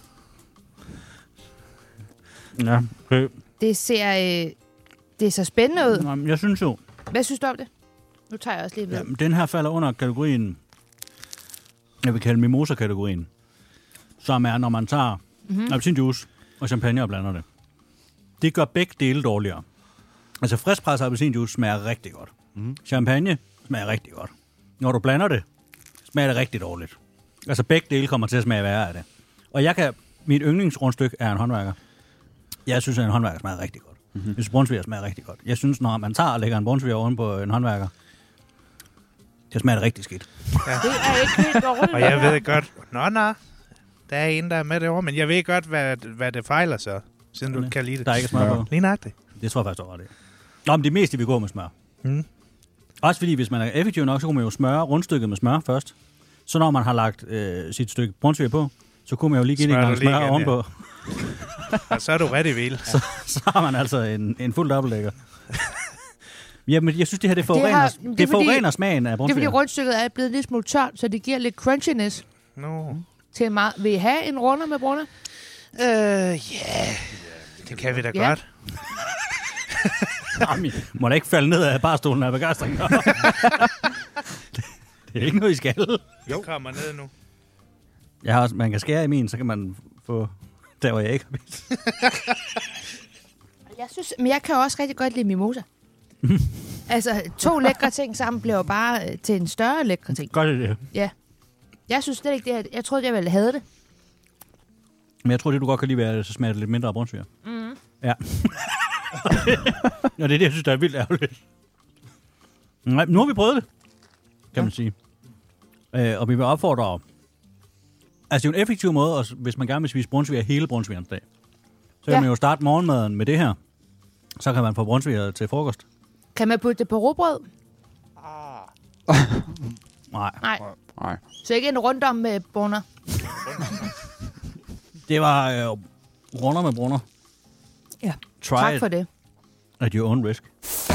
Ja, okay. Det ser, øh, det ser spændende ud. Jamen, jeg synes jo... Hvad synes du om det? Nu tager jeg også lige ved. Ja, den her falder under kategorien, jeg vil kalde mimosa-kategorien, som er, når man tager mm-hmm. appelsinjuice og champagne og blander det. Det gør begge dele dårligere. Altså friskpresset appelsinjuice smager rigtig godt. Mm. Champagne smager rigtig godt. Når du blander det, smager det rigtig dårligt. Altså begge dele kommer til at smage værre af det. Og jeg kan, mit yndlingsrundstykke er en håndværker. Jeg synes, at en håndværker smager rigtig godt. Mm-hmm. Jeg synes, brunsviger smager rigtig godt. Jeg synes, når man tager og lægger en brunsviger oven på en håndværker, det smager det rigtig skidt. Ja. Det er ikke helt dårligt. Og jeg ved godt, nå, nå, der er en, der er med det over, men jeg ved godt, hvad, hvad det fejler så, siden du kan lide det. Der er ikke smør på. Lige nøjagtigt. Det tror jeg faktisk, du har ret i. Nå, men det meste vil gå med smør. Mm. Også fordi, hvis man er effektiv nok, så kunne man jo smøre rundstykket med smør først. Så når man har lagt øh, sit stykke brunsviger på, så kunne man jo lige give det en gang smør igen, ovenpå. Ja. Og så er du rigtig vild. Ja. så, så har man altså en, en fuld dobbeltdækker. Jamen, jeg synes, det her det forurener, det har, det det forurener fordi, smagen af brunsviger. Det er fordi rundstykket er blevet lidt smule tørt, så det giver lidt crunchiness. No. Til meget. Vil I have en runder med brunner? Øh, ja. Uh, yeah. Det kan vi da yeah. godt. Jamen, må da ikke falde ned af barstolen af begejstring. det, det er ikke noget, I skal. Jo. Kommer ned nu. Jeg har også, man kan skære i min, så kan man få der, hvor jeg ikke har vist. Jeg synes, men jeg kan også rigtig godt lide mimosa. Altså, to lækre ting sammen bliver bare til en større lækre ting. Godt det. Ja. Jeg synes slet ikke det her. Jeg troede, jeg ville have det. Men jeg tror, det du godt kan lide, være, at så smager det lidt mindre af brunsviger. Mm. Ja. Og det er det, jeg synes, der er vildt ærgerligt. Nej, nu har vi prøvet det, kan ja. man sige. Øh, og vi vil opfordre... Altså, det er jo en effektiv måde, og hvis man gerne vil spise brunsviger hele brunsvigerens dag. Så kan ja. man jo starte morgenmaden med det her. Så kan man få brunsviger til frokost. Kan man putte det på rugbrød? Ah. Nej. Nej. Nej. Så ikke en rundom med brunner? Det var øh, runder med brunner. Ja. Try tak for det. At your own risk.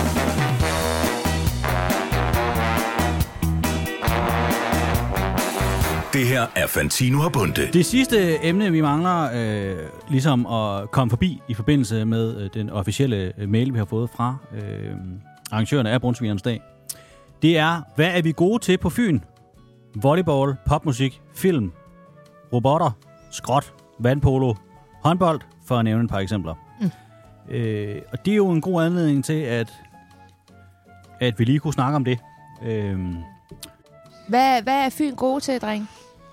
Det her er Fantino og Bunde. Det sidste emne, vi mangler øh, ligesom at komme forbi i forbindelse med øh, den officielle øh, mail, vi har fået fra øh, arrangørerne af Brunsvigerens dag, det er, hvad er vi gode til på Fyn? Volleyball, popmusik, film, robotter, skrot, vandpolo, håndbold, for at nævne et par eksempler. Mm. Øh, og det er jo en god anledning til, at, at vi lige kunne snakke om det. Øh, Hvad, hvad er Fyn gode til, dreng?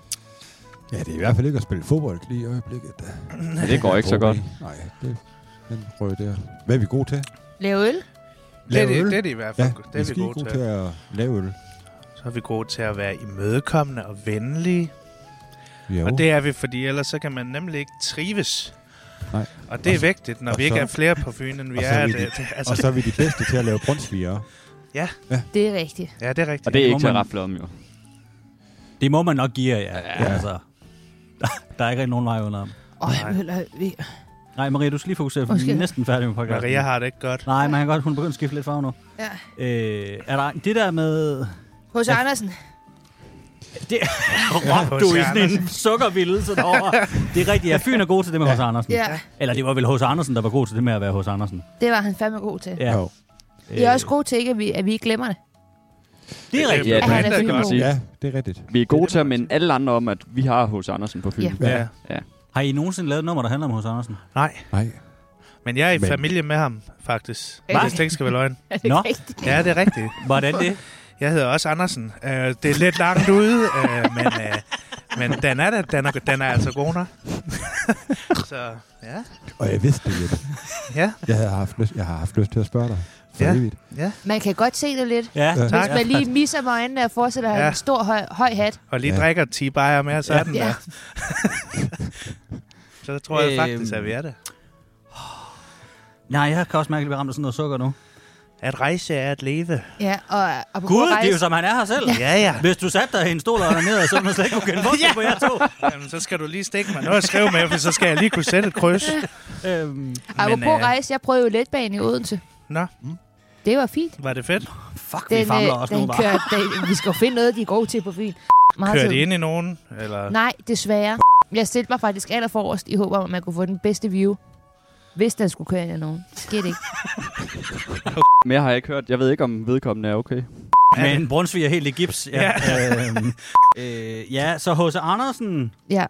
Ja, det er i hvert fald ikke at spille fodbold lige i øjeblikket. Ja, det går ikke så godt. Nej, det er den røde der. Hvad er vi gode til? Lave øl? Lave det, øl? Det er det i hvert fald. Ja, det er vi, vi gode, gode til. til at lave øl. Så er vi gode til at være imødekommende og venlige. Jo. Og det er vi, fordi ellers så kan man nemlig ikke trives. Nej. Og det er og så, vigtigt, når vi ikke er flere på Fyn, end vi er. er det, de, det, altså. Og så er vi de bedste til at lave brunsviger. Ja. ja. Det er rigtigt. Ja, det er rigtigt. Og det er ikke det til at man, rafle om, jo. Det må man nok give jer, ja. ja. ja. Altså, der, der er ikke rigtig nogen vej under ham. Åh, eller vi... Nej, Maria, du skal lige fokusere, for vi er næsten færdige med podcasten. Maria har det ikke godt. Nej, man kan godt, hun begynder at skifte lidt farve nu. Ja. Øh, er der det der med... H C. Andersen. Det ja, du i sådan en sukkervildelse derovre. Det er rigtigt, ja. Fyn er god til det med H C. Andersen. Ja. Eller det var vel H C. Andersen, der var god til det med at være H C. Andersen. Det var han fandme god til. Ja. Vi er også gode til, ikke, at vi, at vi ikke glemmer det. Det er rigtigt. Ja, det, er det, det kan man sige. Ja, det er rigtigt. Vi er gode til at minde alle andre om, at vi har H C. Andersen på Fyn. Ja. Ja. Ja. Har I nogensinde lavet et nummer, der handler om H C. Andersen? Nej. Nej. Men jeg er i Men. familie med ham, faktisk. Hvad? Hvis det ikke skal være løgn. Er det Nå. rigtigt? Ja, det er rigtigt. Hvordan det? Jeg hedder også Andersen. Uh, det er lidt langt ude, uh, men, uh, men den er, den er, den er altså god nok. Så, ja. Og jeg vidste det lidt. Ja. Jeg har haft lyst, jeg har haft lyst til at spørge dig. For Ja. evigt. Ja. Man kan godt se det lidt. Ja, Ja. Tak. Hvis man lige misser med øjnene og fortsætter at have Ja. en stor, høj, høj hat. Og lige Ja. drikker ti bajer mere, så er den Ja. der. Så tror jeg Øhm. faktisk, at vi er det. Nej, jeg kan også mærke, at vi bliver ramt af sådan noget sukker nu. At rejse er at leve. Ja, og, og på Gud, rejse. det er jo som han er her selv. Ja, ja. Hvis du satte dig i en stol og ned, så ville man slet ikke kunne kende forskel på jer to. Jamen, så skal du lige stikke mig noget at skrive med, for så skal jeg lige kunne sætte et kryds. Øhm, Apropos Men, øh, rejse, jeg prøvede jo letbanen i Odense. Nå, Det var fint. var det fedt? fuck, vi famler øh, også nu den bare. kører, den, vi skal jo finde noget, de er gode til på Fyn. Meget Kører tid. de ind i nogen? Eller? Nej, desværre. Jeg stillede mig faktisk allerforrest i håb om, at man kunne få den bedste view. Hvis den skulle køre ind i nogen. Det skete ikke. Mere har jeg ikke hørt. Jeg ved ikke, om vedkommende er okay. Men Brunsvig er helt i gips. Ja, ja. Øhm, øh, ja så H C Andersen Ja.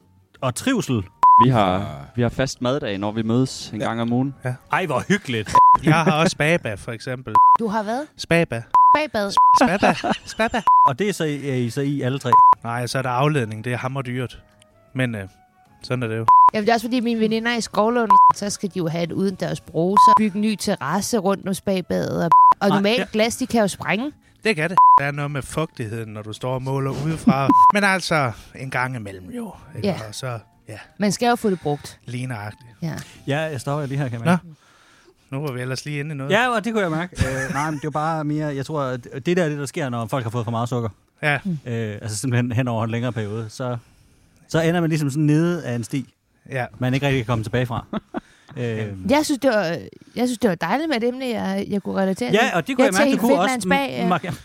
og trivsel. Vi har, vi har fast maddag, når vi mødes en ja. gang om ugen. Ja. Ej, hvor hyggeligt. Jeg har også Spaba, for eksempel. Du har hvad? Spaba. Bagbad. Spaba. Spaba. Og det er så I, er I så I alle tre. Nej, så er der afledning. Det er hammerdyrt. Men øh, sådan er det jo. Ja, det er også fordi mine veninder i Skovlund, så skal de jo have et udendørs bruser, bygge en ny terrasse rundt om bagbadet. Og, og normalt ja. glas, de kan jo sprænge. Det kan det. Der er noget med fugtigheden, når du står og måler udefra. Men altså, en gang imellem jo. Ikke? Ja. Og så, ja. Man skal jo få det brugt. Ligneragtigt. Ja. Ja, jeg står lige her, kan man. Nu var vi ellers lige inde i noget. Ja, og det kunne jeg mærke. øh, nej, men det er bare mere, jeg tror, at det der er det, der sker, når folk har fået for meget sukker. Ja. Øh, altså simpelthen hen over en længere periode. Så, så ender man ligesom sådan nede af en sti, Ja. man ikke rigtig kan komme tilbage fra. øh, Jeg synes, det var, jeg synes, det var dejligt med et emne, jeg, jeg kunne relatere til. ja, og det kunne jeg, jeg mærke, det kunne også, Bag, ja. mark-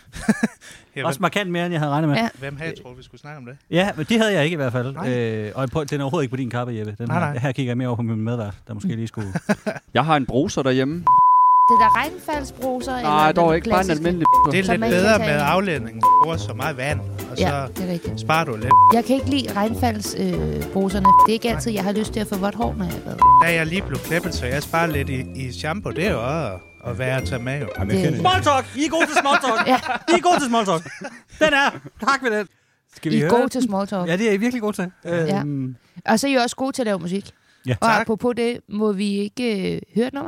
Ja, også markant mere, end jeg havde regnet med. Ja. hvem havde troet, vi skulle snakke om det? Ja, men det havde jeg ikke i hvert fald. Nej. Øh, og på, den er overhovedet ikke på din kappe, Jeppe. Den Nej, her, nej. her kigger jeg mere over på min medvært, der måske lige skulle... Jeg har en bruser derhjemme. Det der regnfaldsbruser? Nej, eller dog den ikke bare en klassiske? almindelig Det er Så lidt man kan bedre tage- med afledning. Du bruger så meget vand, og Ja, så det er rigtigt. sparer du lidt. Jeg kan ikke lide regnfaldsbruserne. Øh, bruserne. det er ikke altid, jeg har lyst til at få vådt hår, når jeg har været. Da jeg lige blev klippet, så jeg sparer lidt i, i shampoo. Det er jo også at være at tage med jo. Jamen, jeg Det- kender Small talk! I er gode til small talk! Ja. I er gode til small talk! Den er! Tak ved den! Skal vi I er høre? gode til small talk. Ja, det er I virkelig gode til. Ja. Øhm, Og så er I også gode til at lave musik. Ja, Og tak. apropos det, må vi ikke øh, høre et nummer?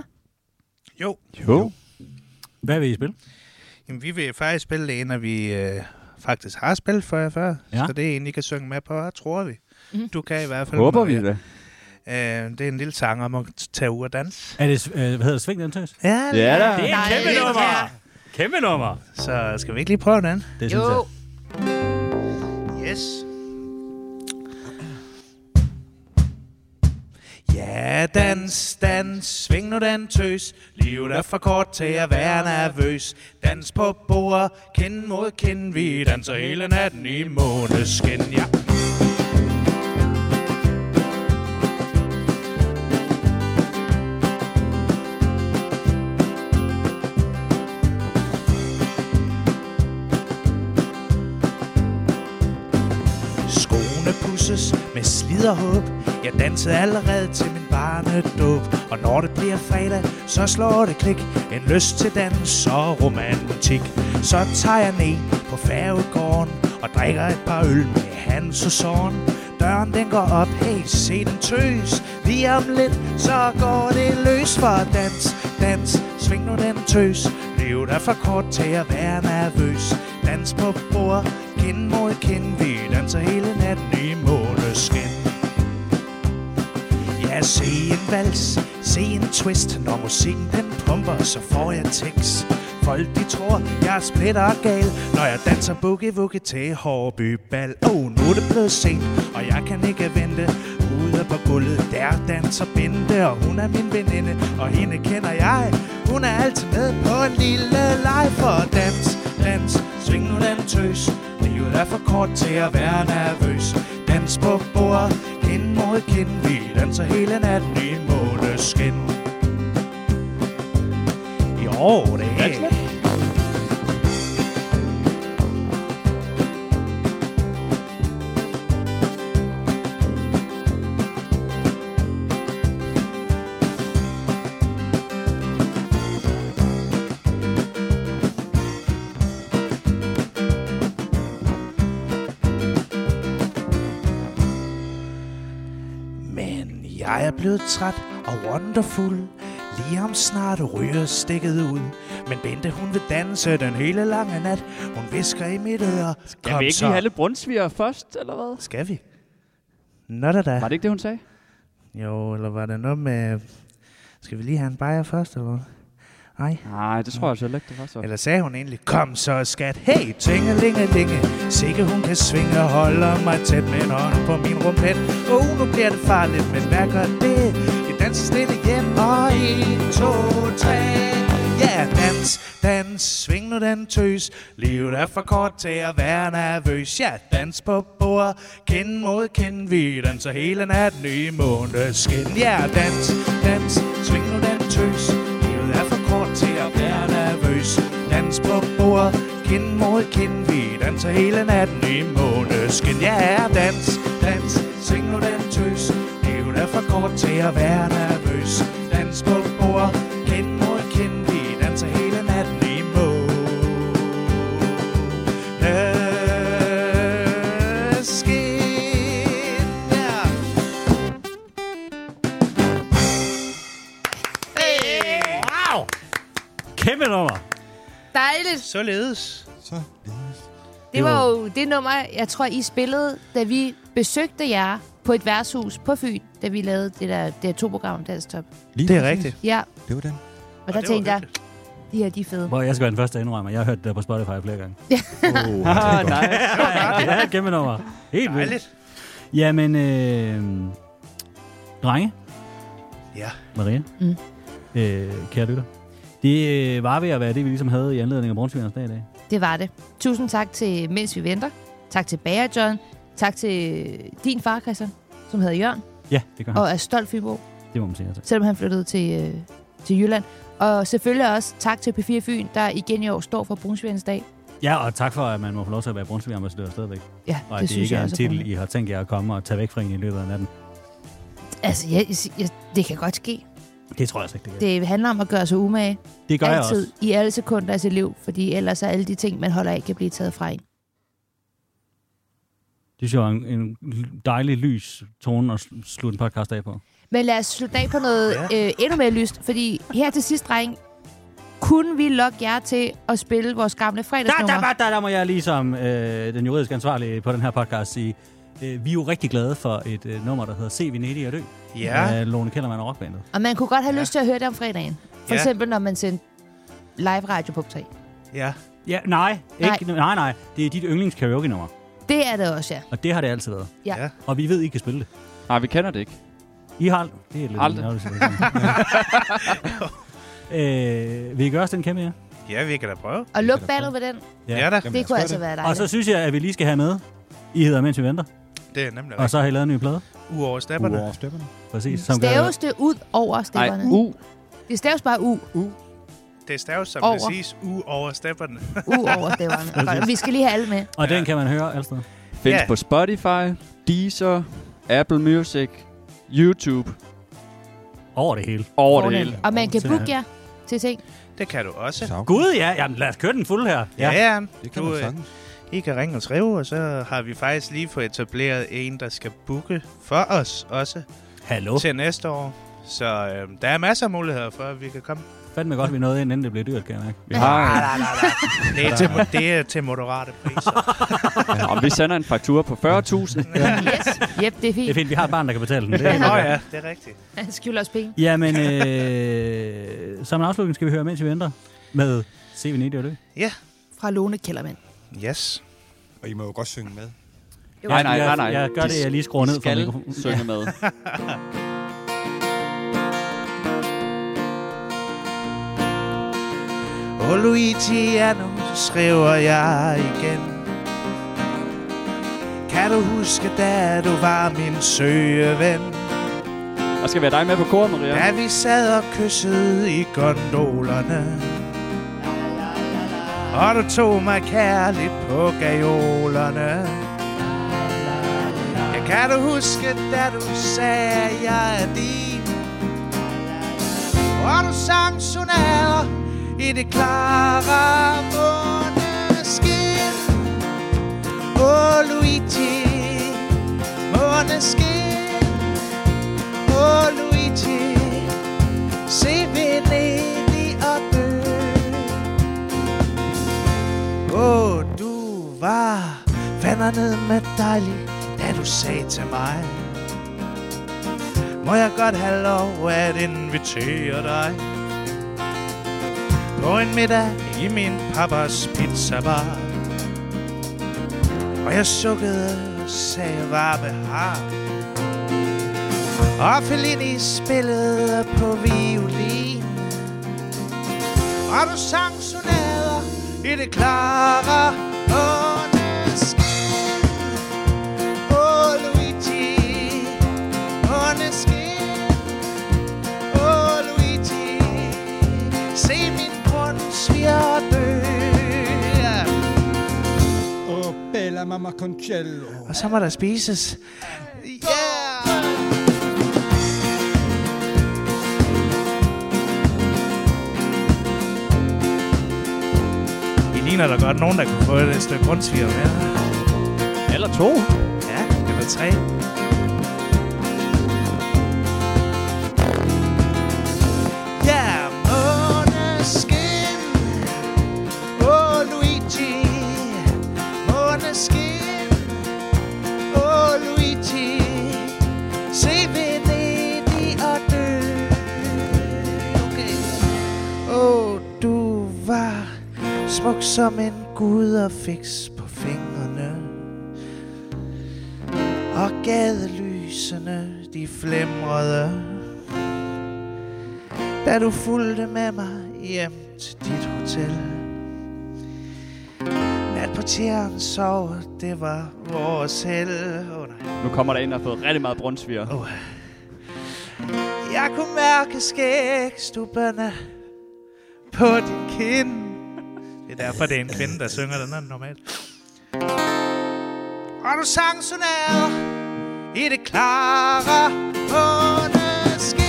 Jo. Jo. Hvad vil I spille? Jamen, vi vil faktisk spille en, af vi øh, faktisk har spillet for jer før. Ja. Så det er en, I kan synge med på, tror vi. Mhm. Du kan i hvert fald. Håber vi Maria. det. Øh, det er en lille sang om at tage ud og danse. Er det, øh, hvad hedder det, Sving den tøs? Ja, Ja, da. Det er et Nej, kæmpe det er nummer! her. Kæmpe nummer! Så skal vi ikke lige prøve den? Det synes Jo. jeg. Yes. Ja, dans, dans, sving nu den tøs. Livet er for kort til at være nervøs. Dans på bordet, kind mod kind. Vi danser hele natten i måneskin, ja. Skoene pusses med slid og håb. Jeg dansede allerede til min barnedåb. Og når det bliver fredag, så slår det klik. En lyst til dans og romantik. Så tager jeg ned på færgegården og drikker et par øl med Hans og Søren. Døren den går op, hey se den tøs. Lige om lidt, så går det løs for dans, dans. Sving nu den tøs. Livet er for kort til at være nervøs. Dans på bord, kind mod kind. Vi danser hele natten i måneskin. Ja, se en vals, se en twist. Når musikken den pumper, så får jeg tekst. Folk de tror, jeg er splitter og gal, når jeg danser boogie-woogie til Hårby Bal. Oh, nu er det blevet sent, og jeg kan ikke vente. Ude på gulvet, der danser Bente, og hun er min veninde, og hende kender jeg. Hun er altid med på en lille leg for dans, dans. Sving nu den tøs, livet er for kort til at være nervøs. Dans på bordet, kind mod kind. Vi danser hele natten i måneskin. Jo, det er Men jeg er blevet træt og wonderful. Lige om snart ryger stikket ud. Men Bente hun vil danse den hele lange nat. Hun visker i mit øre. Skal Kom vi ikke så. lige have lidt brunsviger først, eller hvad? Skal vi? Nå da da. Var det ikke det, hun sagde? Jo, eller var det noget med... Skal vi lige have en bajer først, eller hvad? Nej. Nej, det tror jeg selv ikke, det var så. Eller sagde hun egentlig, kom så skat, hey, tingelingelinge. Sikke hun kan svinge og holder mig tæt med en hånd på min rumpet. Oh, nu bliver det farligt, men hvad gør det? Vi danser stille hjem, og en, to, tre. Ja, yeah, dans, dans, sving nu den tøs. Livet er for kort til at være nervøs. Ja, dans på bord, kind mod kind. Vi danser hele natten i måneskin. Ja, yeah, dans, dans, sving nu den tøs. Livet er for kort til at være nervøs. Dans på bord, kind mod kind, vi danser hele natten i måneskin. Ja, dans, dans, syng nu den tøs. Livet er for kort til at være nervøs. Dans på bord, kind mod kind, vi danser hele natten i måneskin. Ja. Hey. Wow! Kæmpe nummer. Dejligt. Således. Så. Det var jo det nummer, jeg tror, I spillede, da vi besøgte jer på et værtshus på Fyn, da vi lavede det der D R to-program, Dansk Top. Lige Det er præcis. rigtigt. Ja, Det var den. og, Og der det var tænkte jeg, hyggeligt. de her, de er fede. Hvor jeg skal være den første at indrømme, jeg har hørt det på Spotify flere gange. Oh, Ah, nej. Ja, kæmpe nummer. Helt vildt. Dejligt. Jamen, øh, drenge, Ja. Maria, Mm. øh, kære lytter. Det øh, var ved at være det, vi ligesom havde i anledning af Brunsvigernes dag i dag. Det var det. Tusind tak til Mens vi venter. Tak til Bager John. Tak til din far, Christian, som hedder Jørgen, Ja, det gør han. og er stolt Fynbo, Det må man sige. Altså. selvom han flyttede til, øh, til Jylland. Og selvfølgelig også tak til P fire Fyn, der igen i år står for Brunsvigernes dag. Ja, og tak for, at man må få lov til at være Brunsvigerambassadør stadigvæk. Ja, Og at det det synes ikke jeg er en også titel, er I har tænkt jer at komme og tage væk fra en i løbet af natten. Altså, jeg, jeg, det kan godt ske. Det tror jeg altså ikke, det kan. Det handler om at gøre sig umage. Det gør jeg Altid, også. i alle sekunder af sit liv, fordi ellers er alle de ting, man holder af, kan blive taget fra en. Det synes jeg var en, en dejlig lys tone at sl- slutte en podcast af på. Men lad os slutte af på noget ja. øh, endnu mere lyst, fordi her til sidst, dreng, kunne vi lokke jer til at spille vores gamle Der, fredagsnummer? der, der, der må jeg ligesom øh, den juridisk ansvarlige på den her podcast sige, øh, vi er jo rigtig glade for et øh, nummer, der hedder Se Venedig og Dø. Ja. Af Lone Kellermann og Rockbandet. Og man kunne godt have Ja. lyst til at høre det om fredagen. For Ja. eksempel, når man sendte live radio på optag. Ja. Ja, nej, ikke, nej. nej, nej. Det er dit yndlings karaoke-nummer. Det er det også, ja. Og det har det altid været. Ja. Ja. Og vi ved, I kan spille det. Nej, vi kender det ikke. I har det er lidt Aldrig. ærgerligt situation. øh, vil I gøre os den kæmpe her? Ja, vi kan da prøve. Og luk bandet ved den. Ja, ja da. Det kunne altså være Og dejligt. så synes jeg, at vi lige skal have med. I hedder Mens vi venter. Det er nemlig Og så har I lavet en ny plade. Uover stepperne. Uover stepperne. Præcis. Som gør, Staves det ud over Nej, stepperne? u. Det staves bare u. Det staves, som Over. det siges, uover stepperne. U over stepperne. Og vi skal lige have alle med. og den kan man høre alle steder. Findes Ja. på Spotify, Deezer, Apple Music, YouTube, Over det hele. over det Fornemt. hele. Og man kan Simpelthen. booke jer til ting. Det kan du også. Så. Gud, ja. Jamen, lad os køre den fuld her. Ja, ja. Det kan Du, man øh, sagtens. I kan ringe og skrive, og så har vi faktisk lige fået etableret en, der skal booke for os også Hallo. til næste år. Så øh, der er masser af muligheder for, at vi kan komme. Fandme godt, vi nåede ind, inden det blev dyrt, kan jeg mærke. Vi Ja. har- Det er til, det er til moderate priser. Og vi sender en faktura på fyrre tusind. Yes. Yep, det er Det er fint. fint, vi har et barn, der kan betale den. Det er Nå ja, det er rigtigt. Han skylder os penge. Jamen, øh, som en afslutning skal vi høre, mens vi venter, med Se Venedig og Dø. Ja, Fra Lone Kellermann. yes. Og I må jo godt synge med. Nej, nej, nej, nej. Jeg, jeg gør det, jeg lige skruer ned for skal mikrofonen. synge med. Og Luigi, ja, nu skriver jeg igen. Kan du huske, da du var min søge ven? Og skal vi have dig med på koret, Maria? Da vi sad og kyssede i gondolerne. Og du tog mig kærligt på gajolerne. Ja, kan du huske, da du sagde, at jeg er din? Og du sang sonader i det klare måneskin. Åh, Luigi, måneskin. Åh, Luigi, se Venedig og dø. Åh, du var fanderne med dejlig, da du sagde til mig: må jeg godt have lov at invitere dig på en middag i min pappas pizzabar. Og jeg sukkede og sagde, hvad behag. Og Fellini spillede på violin. Og du sang sonader i det klare måneskin. Åh, Luigi, måneskin. Åh, Luigi, se min Brunsviger dø. Bella mamma concello. Og så må der spises. Yeah! I ligner der godt nogen, der kunne få et stykke brunsviger med. Eller to. Ja, eller tre. Ja, måneskin. Åh, Luigi. Måneskin. Åh, Luigi. Se Venedig og dø. Okay. Åh, du var smuk som en gud og fiks på fingrene. Og gadelysene, de flimrede, da du fulgte med mig hjem til dit hotel. Natportieren sov, det var vores held. Oh, nej. Nu kommer der en, der har fået rigtig meget brunsviger. Oh. Jeg kunne mærke skægstubberne på din kind. Det er derfor, det er en kvinde, der synger den anden normalt. Og du sang så nær i det klare måneskin.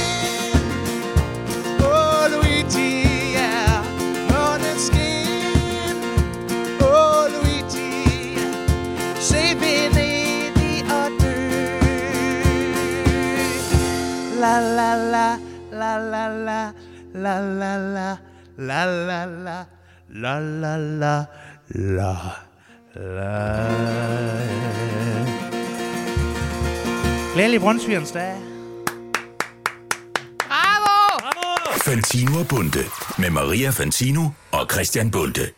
Åh, Luigi, ja, måneskin. Åh, Luigi, ja, se Venedig og dø. La la la, la la la, la la la, la la la, la la la, la. La. Glædelig Brunsvigerens dag. Bravo! Fantino og Bunde med Maria Fantino og Christian Bunde.